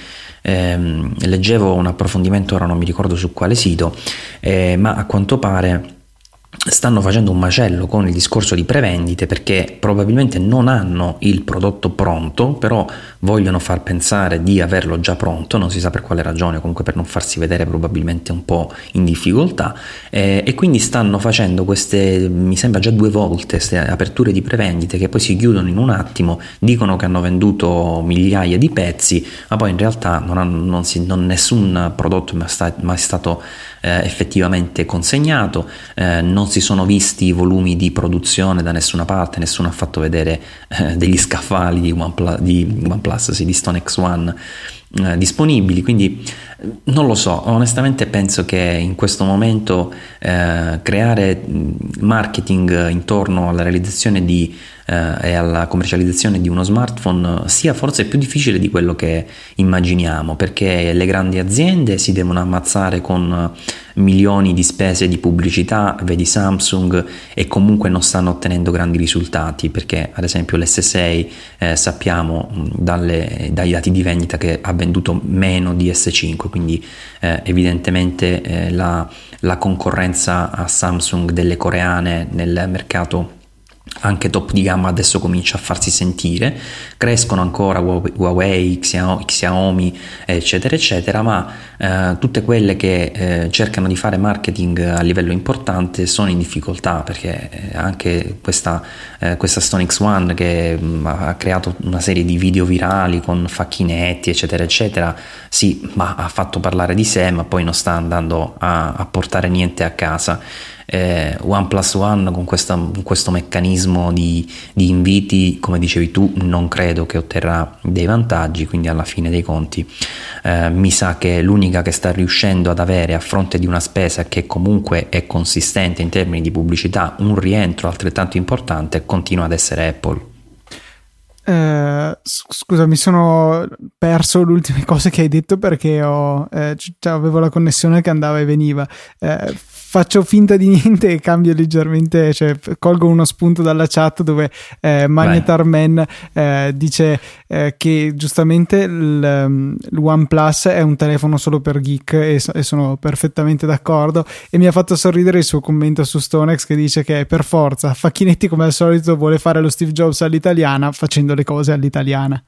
ehm, leggevo un approfondimento, ora non mi ricordo su quale sito, eh, ma a quanto pare stanno facendo un macello con il discorso di prevendite, perché probabilmente non hanno il prodotto pronto, però vogliono far pensare di averlo già pronto, non si sa per quale ragione, comunque per non farsi vedere probabilmente un po' in difficoltà, eh, e quindi stanno facendo queste, mi sembra già due volte, queste aperture di prevendite che poi si chiudono in un attimo, dicono che hanno venduto migliaia di pezzi, ma poi in realtà non, hanno, non, si, non nessun prodotto è mai stato, mai stato eh, effettivamente consegnato, eh, non si sono visti i volumi di produzione da nessuna parte, nessuno ha fatto vedere eh, degli scaffali di OnePlus, di, OnePlus sì, di Stone X One eh, disponibili, quindi non lo so, onestamente penso che in questo momento eh, creare marketing intorno alla realizzazione di eh, e alla commercializzazione di uno smartphone sia forse più difficile di quello che immaginiamo, perché le grandi aziende si devono ammazzare con milioni di spese di pubblicità, vedi Samsung, e comunque non stanno ottenendo grandi risultati, perché ad esempio l'S sei eh, sappiamo dalle, dai dati di vendita che ha venduto meno di S cinque, quindi eh, evidentemente eh, la, la concorrenza a Samsung delle coreane nel mercato anche top di gamma adesso comincia a farsi sentire, crescono ancora Huawei, Xiaomi eccetera eccetera, ma eh, tutte quelle che eh, cercano di fare marketing a livello importante sono in difficoltà, perché eh, anche questa, eh, questa Stone X One che mh, ha creato una serie di video virali con facchinetti eccetera eccetera, sì, ma ha fatto parlare di sé, ma poi non sta andando a, a portare niente a casa. Eh, OnePlus One con, questa, con questo meccanismo di, di inviti, come dicevi tu, non credo che otterrà dei vantaggi, quindi alla fine dei conti eh, mi sa che l'unica che sta riuscendo ad avere, a fronte di una spesa che comunque è consistente in termini di pubblicità, un rientro altrettanto importante, continua ad essere Apple. Eh, scusa, mi sono perso le ultime cose che hai detto perché ho, eh, cioè, avevo la connessione che andava e veniva. Eh, faccio finta di niente e cambio leggermente, cioè colgo uno spunto dalla chat dove eh, Magnetar Man eh, dice eh, che giustamente il, il OnePlus è un telefono solo per geek, e, e sono perfettamente d'accordo, e mi ha fatto sorridere il suo commento su StoneX che dice che per forza Facchinetti come al solito vuole fare lo Steve Jobs all'italiana facendo le cose all'italiana.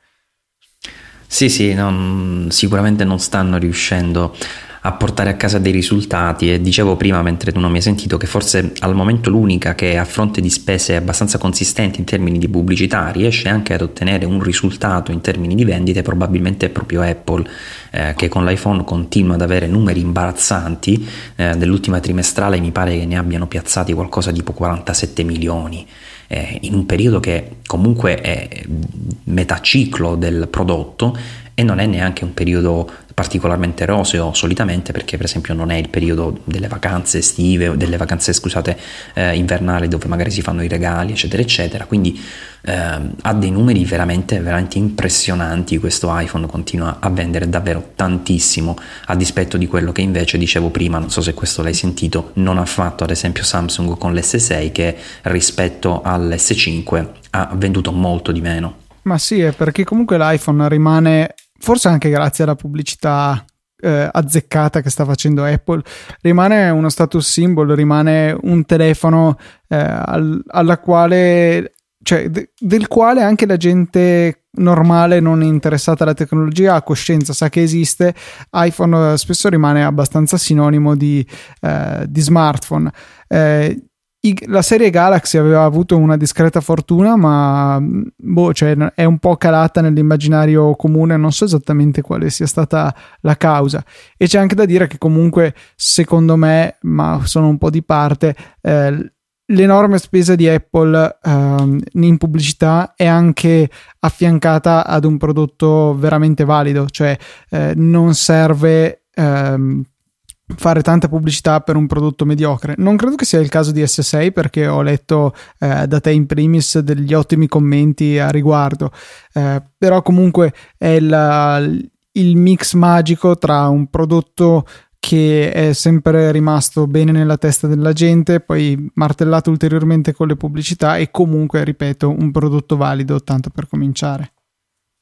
Sì sì, non, sicuramente non stanno riuscendo a portare a casa dei risultati, e dicevo prima mentre tu non mi hai sentito che forse al momento l'unica che a fronte di spese abbastanza consistenti in termini di pubblicità riesce anche ad ottenere un risultato in termini di vendite probabilmente è proprio Apple, eh, che con l'iPhone continua ad avere numeri imbarazzanti. Eh, dell'ultima trimestrale mi pare che ne abbiano piazzati qualcosa tipo quarantasette milioni, eh, in un periodo che comunque è metà ciclo del prodotto e non è neanche un periodo particolarmente roseo solitamente, perché per esempio non è il periodo delle vacanze estive, delle vacanze scusate eh, invernali, dove magari si fanno i regali eccetera eccetera, quindi eh, ha dei numeri veramente veramente impressionanti. Questo iPhone continua a vendere davvero tantissimo, a dispetto di quello che invece dicevo prima, non so se questo l'hai sentito, non ha fatto ad esempio Samsung con l'S sei, che rispetto all'S cinque ha venduto molto di meno. Ma sì, è perché comunque l'iPhone rimane, forse anche grazie alla pubblicità eh, azzeccata che sta facendo Apple, rimane uno status symbol, rimane un telefono eh, al, alla quale, cioè de, del quale anche la gente normale non interessata alla tecnologia ha coscienza, sa che esiste. iPhone spesso rimane abbastanza sinonimo di, eh, di smartphone. Eh, La serie Galaxy aveva avuto una discreta fortuna, ma boh, cioè è un po' calata nell'immaginario comune, non so esattamente quale sia stata la causa. E c'è anche da dire che comunque, secondo me, ma sono un po' di parte, eh, l'enorme spesa di Apple eh, in pubblicità è anche affiancata ad un prodotto veramente valido, cioè eh, non serve eh, fare tanta pubblicità per un prodotto mediocre. Non credo che sia il caso di S sei, perché ho letto eh, da te in primis degli ottimi commenti a riguardo, eh, però comunque è la, il mix magico tra un prodotto che è sempre rimasto bene nella testa della gente, poi martellato ulteriormente con le pubblicità, e comunque, ripeto, un prodotto valido tanto per cominciare.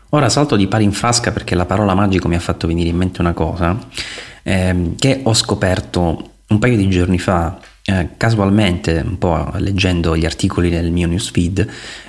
Ora salto di pari in frasca perché la parola magico mi ha fatto venire in mente una cosa ehm, che ho scoperto un paio di giorni fa, eh, casualmente, un po' leggendo gli articoli del mio newsfeed,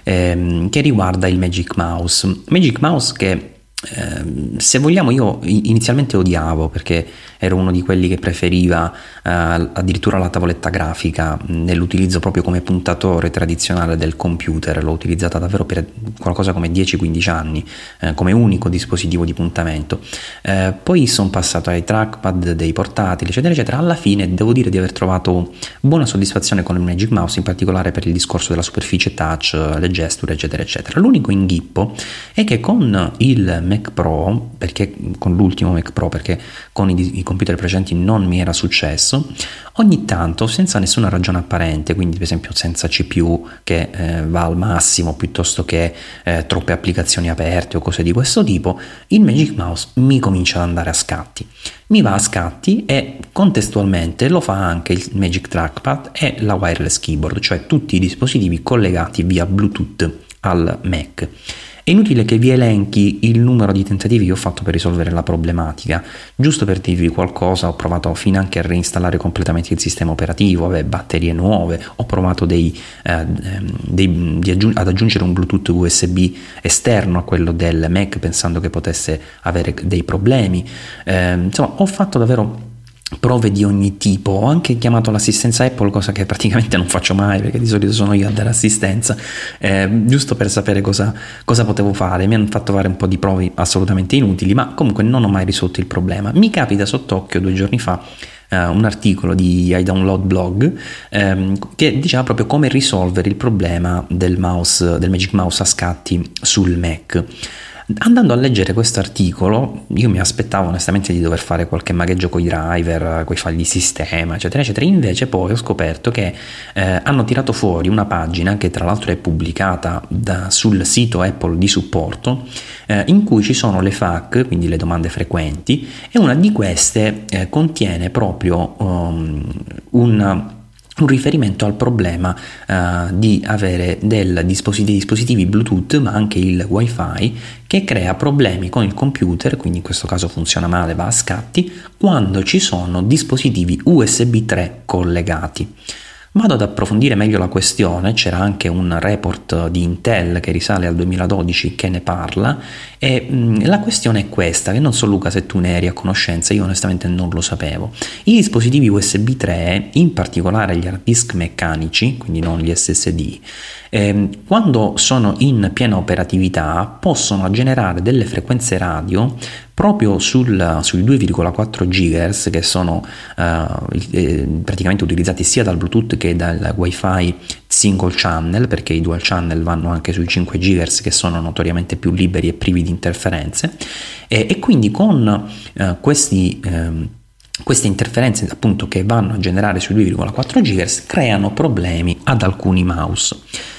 ehm, che riguarda il Magic Mouse. Magic Mouse che, ehm, se vogliamo, io inizialmente odiavo perché ero uno di quelli che preferiva eh, addirittura la tavoletta grafica nell'utilizzo proprio come puntatore tradizionale del computer. L'ho utilizzata davvero per qualcosa come dieci quindici anni eh, come unico dispositivo di puntamento. Eh, poi sono passato ai trackpad dei portatili, eccetera eccetera. Alla fine devo dire di aver trovato buona soddisfazione con il Magic Mouse, in particolare per il discorso della superficie touch, le gesture, eccetera eccetera. L'unico inghippo è che con il Mac Pro, perché con l'ultimo Mac Pro, perché con i, i computer precedenti non mi era successo, ogni tanto, senza nessuna ragione apparente, quindi per esempio senza C P U che eh, va al massimo, piuttosto che eh, troppe applicazioni aperte o cose di questo tipo, il Magic Mouse mi comincia ad andare a scatti. Mi va a scatti e contestualmente lo fa anche il Magic Trackpad e la wireless keyboard, cioè tutti i dispositivi collegati via Bluetooth al Mac. È inutile che vi elenchi il numero di tentativi che ho fatto per risolvere la problematica. Giusto per dirvi qualcosa, ho provato fino anche a reinstallare completamente il sistema operativo, avere batterie nuove, ho provato dei, eh, dei, di aggiung- ad aggiungere un Bluetooth U S B esterno a quello del Mac pensando che potesse avere dei problemi. Eh, insomma, ho fatto davvero prove di ogni tipo. Ho anche chiamato l'assistenza Apple, cosa che praticamente non faccio mai perché di solito sono io a dare assistenza, eh, giusto per sapere cosa, cosa potevo fare. Mi hanno fatto fare un po' di prove assolutamente inutili, ma comunque non ho mai risolto il problema. Mi capita sott'occhio due giorni fa uh, un articolo di iDownload Blog um, che diceva proprio come risolvere il problema del mouse, del Magic Mouse a scatti sul Mac. Andando a leggere questo articolo, io mi aspettavo onestamente di dover fare qualche magheggio con i driver, con i file di sistema, eccetera, eccetera. Invece poi ho scoperto che eh, hanno tirato fuori una pagina che tra l'altro è pubblicata da, sul sito Apple di supporto, eh, in cui ci sono le F A Q, quindi le domande frequenti, e una di queste eh, contiene proprio um, un... un riferimento al problema uh, di avere del dispositivi, dispositivi Bluetooth ma anche il Wi-Fi che crea problemi con il computer, quindi in questo caso funziona male, va a scatti, quando ci sono dispositivi U S B tre collegati. Vado ad approfondire meglio la questione, c'era anche un report di Intel che risale al duemiladodici che ne parla e mh, la questione è questa, che non so Luca se tu ne eri a conoscenza, io onestamente non lo sapevo. I dispositivi U S B tre, in particolare gli hard disk meccanici, quindi non gli S S D, eh, quando sono in piena operatività possono generare delle frequenze radio proprio sul, sui due virgola quattro gigahertz che sono uh, eh, praticamente utilizzati sia dal Bluetooth che dal Wi-Fi single channel, perché i dual channel vanno anche sui cinque gigahertz che sono notoriamente più liberi e privi di interferenze, e, e quindi con uh, questi um, queste interferenze appunto che vanno a generare sui due virgola quattro gigahertz creano problemi ad alcuni mouse.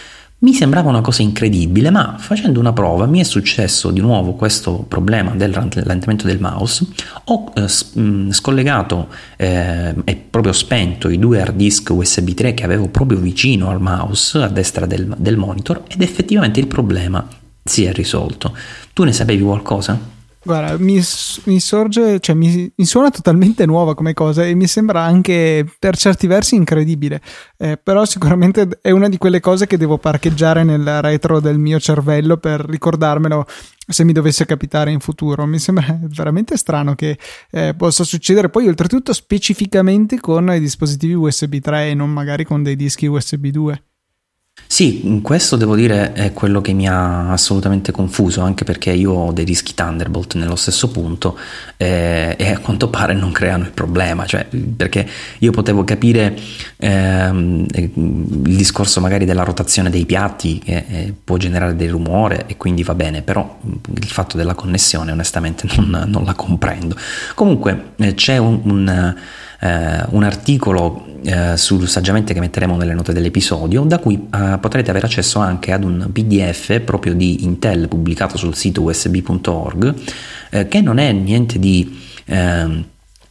Mi sembrava una cosa incredibile, ma facendo una prova mi è successo di nuovo questo problema del rallentamento del mouse. Ho eh, scollegato eh, e proprio spento i due hard disk U S B tre che avevo proprio vicino al mouse a destra del, del monitor ed effettivamente il problema si è risolto. Tu ne sapevi qualcosa? Guarda, mi, mi sorge, cioè mi, mi suona totalmente nuova come cosa e mi sembra anche per certi versi incredibile, eh, però sicuramente è una di quelle cose che devo parcheggiare nel retro del mio cervello per ricordarmelo se mi dovesse capitare in futuro. Mi sembra veramente strano che eh, possa succedere, poi oltretutto specificamente con i dispositivi U S B tre e non magari con dei dischi U S B due. Sì, questo devo dire è quello che mi ha assolutamente confuso, anche perché io ho dei dischi Thunderbolt nello stesso punto eh, e a quanto pare non creano il problema, cioè perché io potevo capire ehm, il discorso magari della rotazione dei piatti che eh, può generare del rumore e quindi va bene, però il fatto della connessione onestamente non, non la comprendo. Comunque eh, c'è un, un Uh, un articolo uh, sul Saggiamente che metteremo nelle note dell'episodio, da cui uh, potrete avere accesso anche ad un P D F proprio di Intel pubblicato sul sito U S B punto org, uh, che non è niente di uh,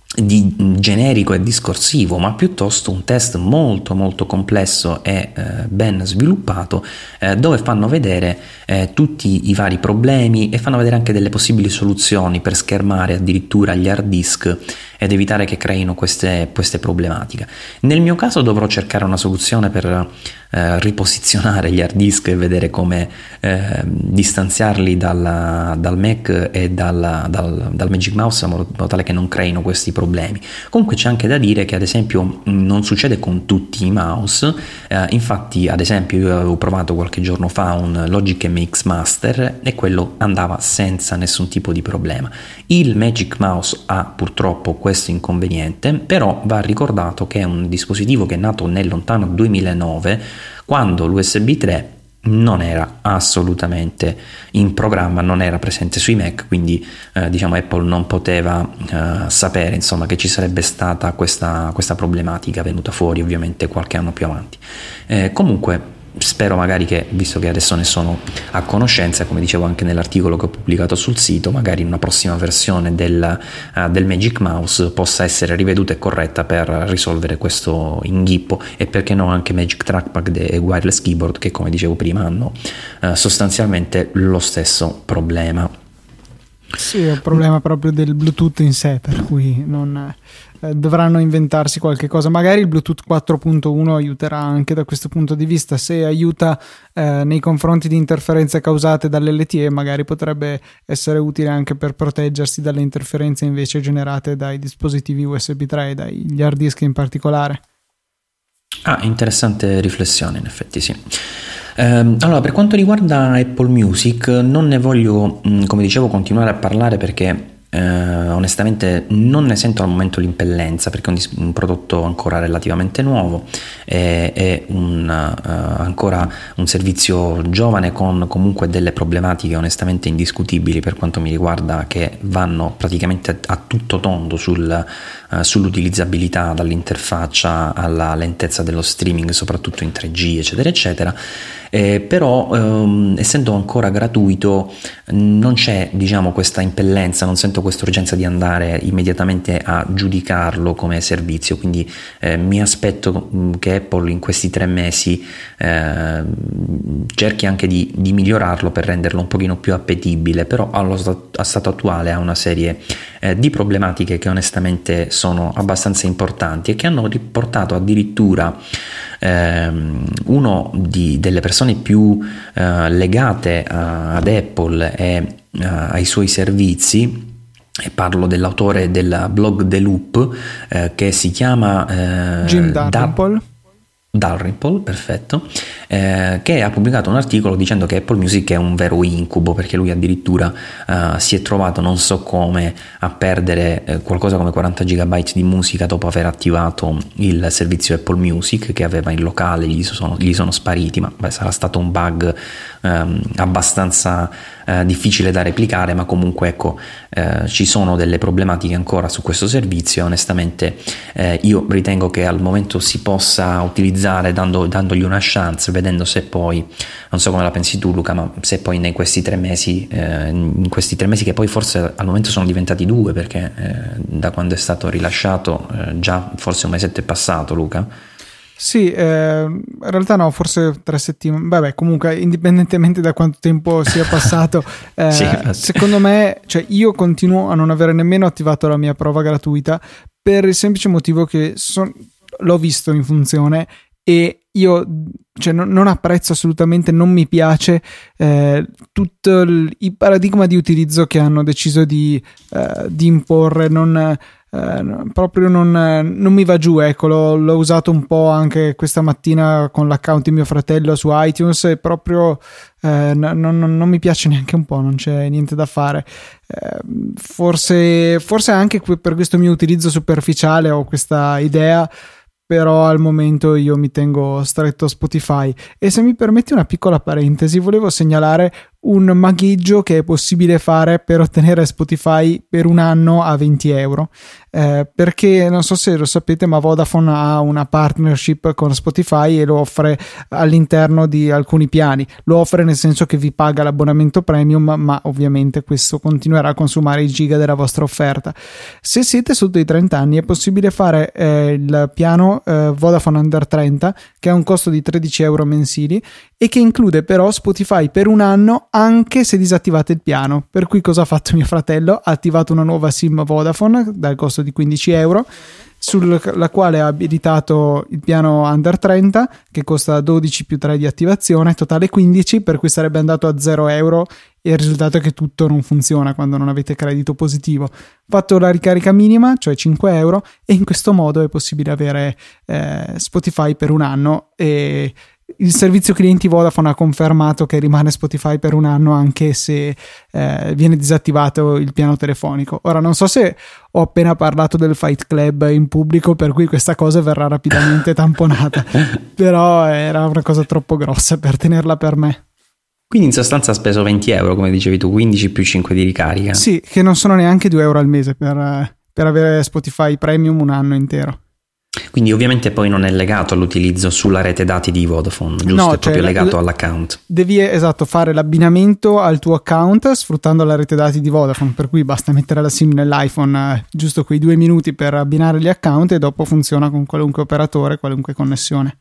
di generico e discorsivo, ma piuttosto un test molto molto complesso e eh, ben sviluppato, eh, dove fanno vedere eh, tutti i vari problemi e fanno vedere anche delle possibili soluzioni per schermare addirittura gli hard disk ed evitare che creino queste, queste problematiche. Nel mio caso dovrò cercare una soluzione per eh, riposizionare gli hard disk e vedere come eh, distanziarli dal, dal Mac e dal, dal, dal Magic Mouse in modo tale che non creino questi problemi. Comunque c'è anche da dire che ad esempio non succede con tutti i mouse, eh, infatti ad esempio io avevo provato qualche giorno fa un Logic M X Master e quello andava senza nessun tipo di problema. Il Magic Mouse ha purtroppo questo inconveniente, però va ricordato che è un dispositivo che è nato nel lontano duemilanove, quando l'U S B tre non era assolutamente in programma, non era presente sui Mac, quindi eh, diciamo Apple non poteva eh, sapere insomma che ci sarebbe stata questa, questa problematica venuta fuori ovviamente qualche anno più avanti. Eh, comunque spero magari che, visto che adesso ne sono a conoscenza, come dicevo anche nell'articolo che ho pubblicato sul sito, magari in una prossima versione del, uh, del Magic Mouse possa essere riveduta e corretta per risolvere questo inghippo, e perché no anche Magic Trackpad e Wireless Keyboard, che come dicevo prima hanno uh, sostanzialmente lo stesso problema. Sì, è un problema proprio del Bluetooth in sé, per cui non eh, dovranno inventarsi qualche cosa. Magari il Bluetooth quattro punto uno aiuterà anche da questo punto di vista. Se aiuta eh, nei confronti di interferenze causate dall'L T E, magari potrebbe essere utile anche per proteggersi dalle interferenze invece generate dai dispositivi U S B tre e dagli hard disk in particolare. Ah, interessante riflessione, in effetti sì. Allora, per quanto riguarda Apple Music, non ne voglio, come dicevo, continuare a parlare perché eh, onestamente non ne sento al momento l'impellenza, perché è un, dis- un prodotto ancora relativamente nuovo, è, è un, uh, ancora un servizio giovane con comunque delle problematiche onestamente indiscutibili per quanto mi riguarda, che vanno praticamente a, a tutto tondo sul, uh, sull'utilizzabilità, dall'interfaccia alla lentezza dello streaming, soprattutto in tre G eccetera eccetera. Eh, però ehm, essendo ancora gratuito non c'è, diciamo, questa impellenza, non sento questa urgenza di andare immediatamente a giudicarlo come servizio, quindi eh, mi aspetto mh, che Apple in questi tre mesi eh, cerchi anche di, di migliorarlo per renderlo un pochino più appetibile, però allo stato, a stato attuale ha una serie eh, di problematiche che onestamente sono abbastanza importanti e che hanno riportato addirittura ehm, uno di, delle persone più eh, legate a, ad Apple e uh, ai suoi servizi, e parlo dell'autore del blog The Loop eh, che si chiama eh, Jim Dalrymple. Dalrymple, perfetto, eh, che ha pubblicato un articolo dicendo che Apple Music è un vero incubo, perché lui addirittura eh, si è trovato, non so come, a perdere eh, qualcosa come quaranta gigabyte di musica dopo aver attivato il servizio Apple Music che aveva in locale, gli sono, gli sono spariti, ma beh, sarà stato un bug ehm, abbastanza eh, difficile da replicare, ma comunque ecco eh, ci sono delle problematiche ancora su questo servizio. Onestamente eh, io ritengo che al momento si possa utilizzare Dando, dandogli una chance, vedendo se poi, non so come la pensi tu Luca, ma se poi nei questi tre mesi eh, in questi tre mesi che poi forse al momento sono diventati due, perché eh, da quando è stato rilasciato eh, già forse un mesetto è passato, Luca? Sì, eh, in realtà no, forse tre settimane. Vabbè, comunque, indipendentemente da quanto tempo sia passato, eh, sì, secondo me, cioè io continuo a non avere nemmeno attivato la mia prova gratuita per il semplice motivo che son, l'ho visto in funzione e io, cioè, non, non apprezzo assolutamente, non mi piace eh, tutto il, il paradigma di utilizzo che hanno deciso di, eh, di imporre. Non eh, proprio non, non mi va giù, ecco. L'ho, l'ho usato un po' anche questa mattina con l'account di mio fratello su iTunes e proprio eh, non, non, non mi piace neanche un po', non c'è niente da fare. Eh, forse, forse anche per questo mio utilizzo superficiale ho questa idea, però al momento io mi tengo stretto a Spotify. E se mi permetti una piccola parentesi, volevo segnalare un magheggio che è possibile fare per ottenere Spotify per un anno a venti euro. Eh, perché non so se lo sapete, ma Vodafone ha una partnership con Spotify e lo offre all'interno di alcuni piani. Lo offre nel senso che vi paga l'abbonamento premium, ma ovviamente questo continuerà a consumare i giga della vostra offerta. Se siete sotto i trenta anni è possibile fare eh, il piano eh, Vodafone Under trenta, che ha un costo di tredici euro mensili e che include però Spotify per un anno anche se disattivate il piano. Per cui cosa ha fatto mio fratello? Ha attivato una nuova SIM Vodafone dal costo di quindici euro, sulla quale ha abilitato il piano Under trenta, che costa dodici più tre di attivazione, totale quindici, per cui sarebbe andato a zero euro, e il risultato è che tutto non funziona quando non avete credito positivo. Fatto la ricarica minima, cioè cinque euro, e in questo modo è possibile avere eh, Spotify per un anno. E il servizio clienti Vodafone ha confermato che rimane Spotify per un anno anche se eh, viene disattivato il piano telefonico. Ora non so se ho appena parlato del Fight Club in pubblico, per cui questa cosa verrà rapidamente tamponata, però era una cosa troppo grossa per tenerla per me. Quindi in sostanza ha speso venti euro, come dicevi tu, quindici più cinque di ricarica. Sì, che non sono neanche due euro al mese per, per avere Spotify Premium un anno intero. Quindi ovviamente poi non è legato all'utilizzo sulla rete dati di Vodafone, giusto? No, è proprio cioè, legato l- all'account. Devi, esatto, fare l'abbinamento al tuo account sfruttando la rete dati di Vodafone, per cui basta mettere la SIM nell'iPhone, eh, giusto quei due minuti per abbinare gli account, e dopo funziona con qualunque operatore, qualunque connessione.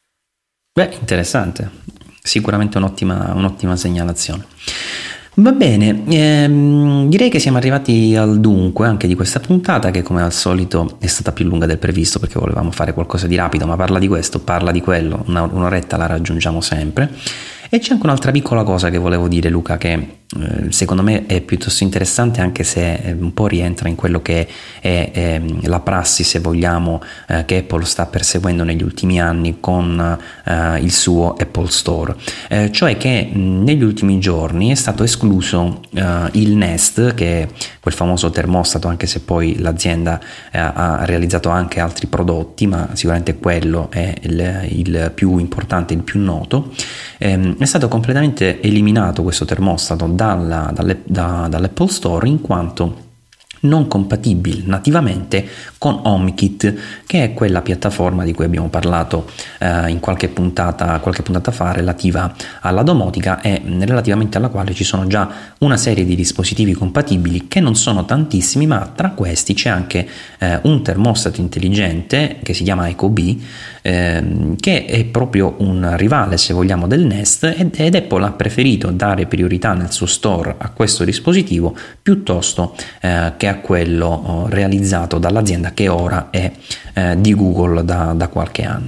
Beh, interessante, sicuramente un'ottima, un'ottima segnalazione. Va bene, ehm, direi che siamo arrivati al dunque anche di questa puntata, che come al solito è stata più lunga del previsto perché volevamo fare qualcosa di rapido, ma parla di questo, parla di quello, una, un'oretta la raggiungiamo sempre. E c'è anche un'altra piccola cosa che volevo dire, Luca, che eh, secondo me è piuttosto interessante, anche se un po' rientra in quello che è, è la prassi, se vogliamo, eh, che Apple sta perseguendo negli ultimi anni con eh, il suo Apple Store, eh, cioè che mh, negli ultimi giorni è stato escluso eh, il Nest, che è quel famoso termostato, anche se poi l'azienda eh, ha realizzato anche altri prodotti, ma sicuramente quello è il, il più importante, il più noto. Eh, è stato completamente eliminato questo termostato dalla, dalle, da, dall'Apple Store, in quanto non compatibile nativamente con HomeKit, che è quella piattaforma di cui abbiamo parlato eh, in qualche puntata, qualche puntata fa, relativa alla domotica, e relativamente alla quale ci sono già una serie di dispositivi compatibili, che non sono tantissimi, ma tra questi c'è anche eh, un termostato intelligente che si chiama ecobee, eh, che è proprio un rivale, se vogliamo, del Nest, ed, ed Apple ha preferito dare priorità nel suo store a questo dispositivo piuttosto eh, che a quello oh, realizzato dall'azienda, che ora è eh, di Google da, da qualche anno.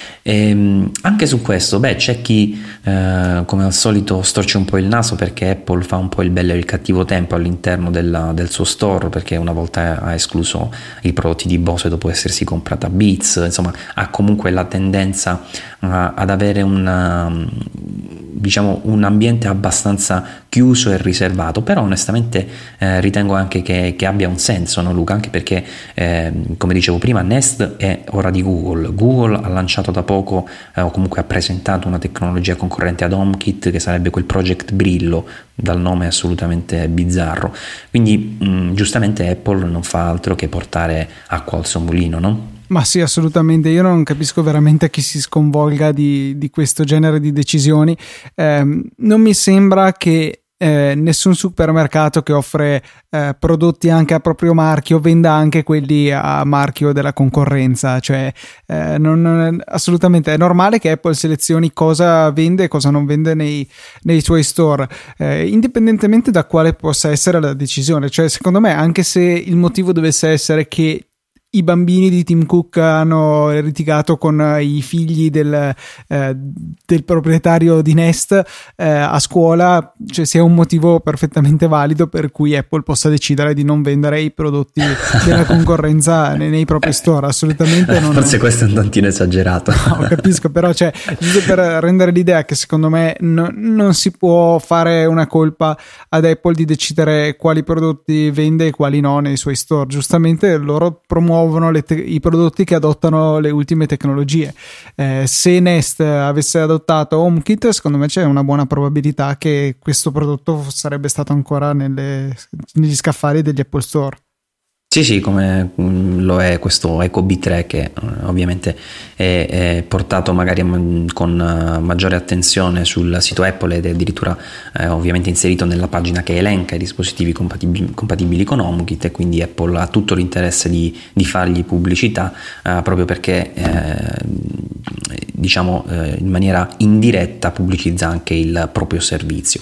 E anche su questo, beh, c'è chi eh, come al solito storce un po' il naso, perché Apple fa un po' il bello e il cattivo tempo all'interno della, del suo store, perché una volta ha escluso i prodotti di Bose dopo essersi comprata Beats, insomma ha comunque la tendenza a, ad avere una, diciamo, un ambiente abbastanza chiuso e riservato, però onestamente eh, ritengo anche che, che abbia un senso, no Luca? Anche perché eh, come dicevo prima, Nest è ora di Google. Google ha lanciato da poco eh, o comunque ha presentato una tecnologia concorrente ad HomeKit, che sarebbe quel Project Brillo, dal nome assolutamente bizzarro, quindi mh, giustamente Apple non fa altro che portare acqua al suo mulino, no? Ma sì, assolutamente. Io non capisco veramente chi si sconvolga di, di questo genere di decisioni. Eh, non mi sembra che eh, nessun supermercato che offre eh, prodotti anche a proprio marchio venda anche quelli a marchio della concorrenza. Cioè, eh, non, non è, assolutamente è normale che Apple selezioni cosa vende e cosa non vende nei, nei suoi store, eh, indipendentemente da quale possa essere la decisione. Cioè, secondo me, anche se il motivo dovesse essere che i bambini di Tim Cook hanno litigato con i figli del, eh, del proprietario di Nest eh, a scuola, cioè sia un motivo perfettamente valido per cui Apple possa decidere di non vendere i prodotti della concorrenza nei, nei propri store. Assolutamente non. Forse questo è un tantino esagerato. No, capisco, però cioè, per rendere l'idea che secondo me no, non si può fare una colpa ad Apple di decidere quali prodotti vende e quali no nei suoi store. Giustamente loro promuovono promuovono le te- i prodotti che adottano le ultime tecnologie. Eh, se Nest avesse adottato HomeKit, secondo me c'è una buona probabilità che questo prodotto sarebbe stato ancora nelle, negli scaffali degli Apple Store. Sì, sì, come lo è questo Ecobee tre che uh, ovviamente è, è portato magari m- con uh, maggiore attenzione sul sito Apple ed è addirittura uh, ovviamente inserito nella pagina che elenca i dispositivi compatibili, compatibili con HomeKit, e quindi Apple ha tutto l'interesse di, di fargli pubblicità uh, proprio perché eh, diciamo eh, in maniera indiretta pubblicizza anche il proprio servizio.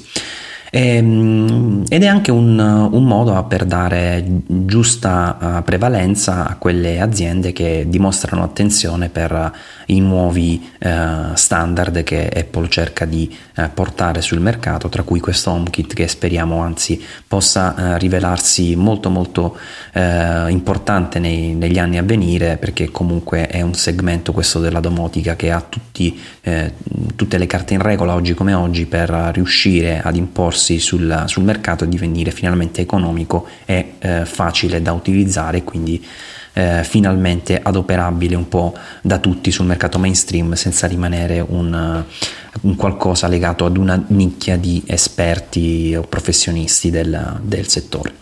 Ed è anche un, un modo per dare giusta prevalenza a quelle aziende che dimostrano attenzione per i nuovi eh, standard che Apple cerca di eh, portare sul mercato, tra cui questo HomeKit, che speriamo anzi possa eh, rivelarsi molto molto eh, importante nei, negli anni a venire, perché comunque è un segmento, questo della domotica, che ha tutti, eh, tutte le carte in regola oggi come oggi per riuscire ad imporsi Sul, sul mercato e divenire finalmente economico e eh, facile da utilizzare, quindi eh, finalmente adoperabile un po' da tutti sul mercato mainstream, senza rimanere un, un qualcosa legato ad una nicchia di esperti o professionisti del, del settore.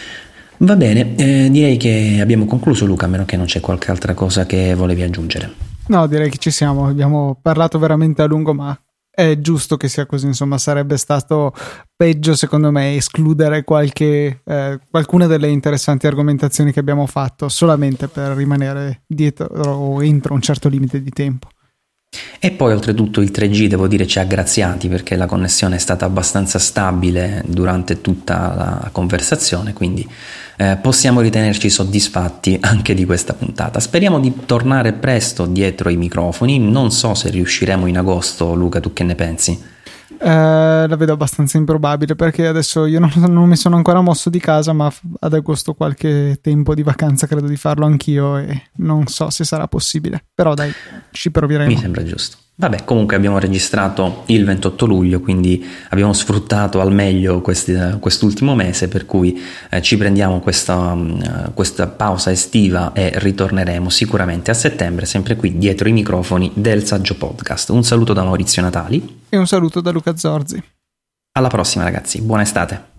Va bene, eh, direi che abbiamo concluso, Luca, a meno che non c'è qualche altra cosa che volevi aggiungere. No, direi che ci siamo, abbiamo parlato veramente a lungo, ma è giusto che sia così, insomma. Sarebbe stato peggio, secondo me, escludere qualche eh, qualcuna delle interessanti argomentazioni che abbiamo fatto solamente per rimanere dietro o entro un certo limite di tempo. E poi oltretutto il tre G, devo dire, ci ha graziati, perché la connessione è stata abbastanza stabile durante tutta la conversazione, quindi eh, possiamo ritenerci soddisfatti anche di questa puntata. Speriamo di tornare presto dietro i microfoni, non so se riusciremo in agosto. Luca, tu che ne pensi? Eh, la vedo abbastanza improbabile, perché adesso io non, non mi sono ancora mosso di casa, ma ad agosto qualche tempo di vacanza credo di farlo anch'io e non so se sarà possibile, però dai, ci proveremo. Mi sembra giusto. Vabbè, comunque abbiamo registrato il ventotto luglio, quindi abbiamo sfruttato al meglio questi, quest'ultimo mese, per cui eh, ci prendiamo questa, uh, questa pausa estiva e ritorneremo sicuramente a settembre, sempre qui dietro i microfoni del Saggio Podcast. Un saluto da Maurizio Natali E un saluto da Luca Zorzi. Alla prossima, ragazzi, buona estate.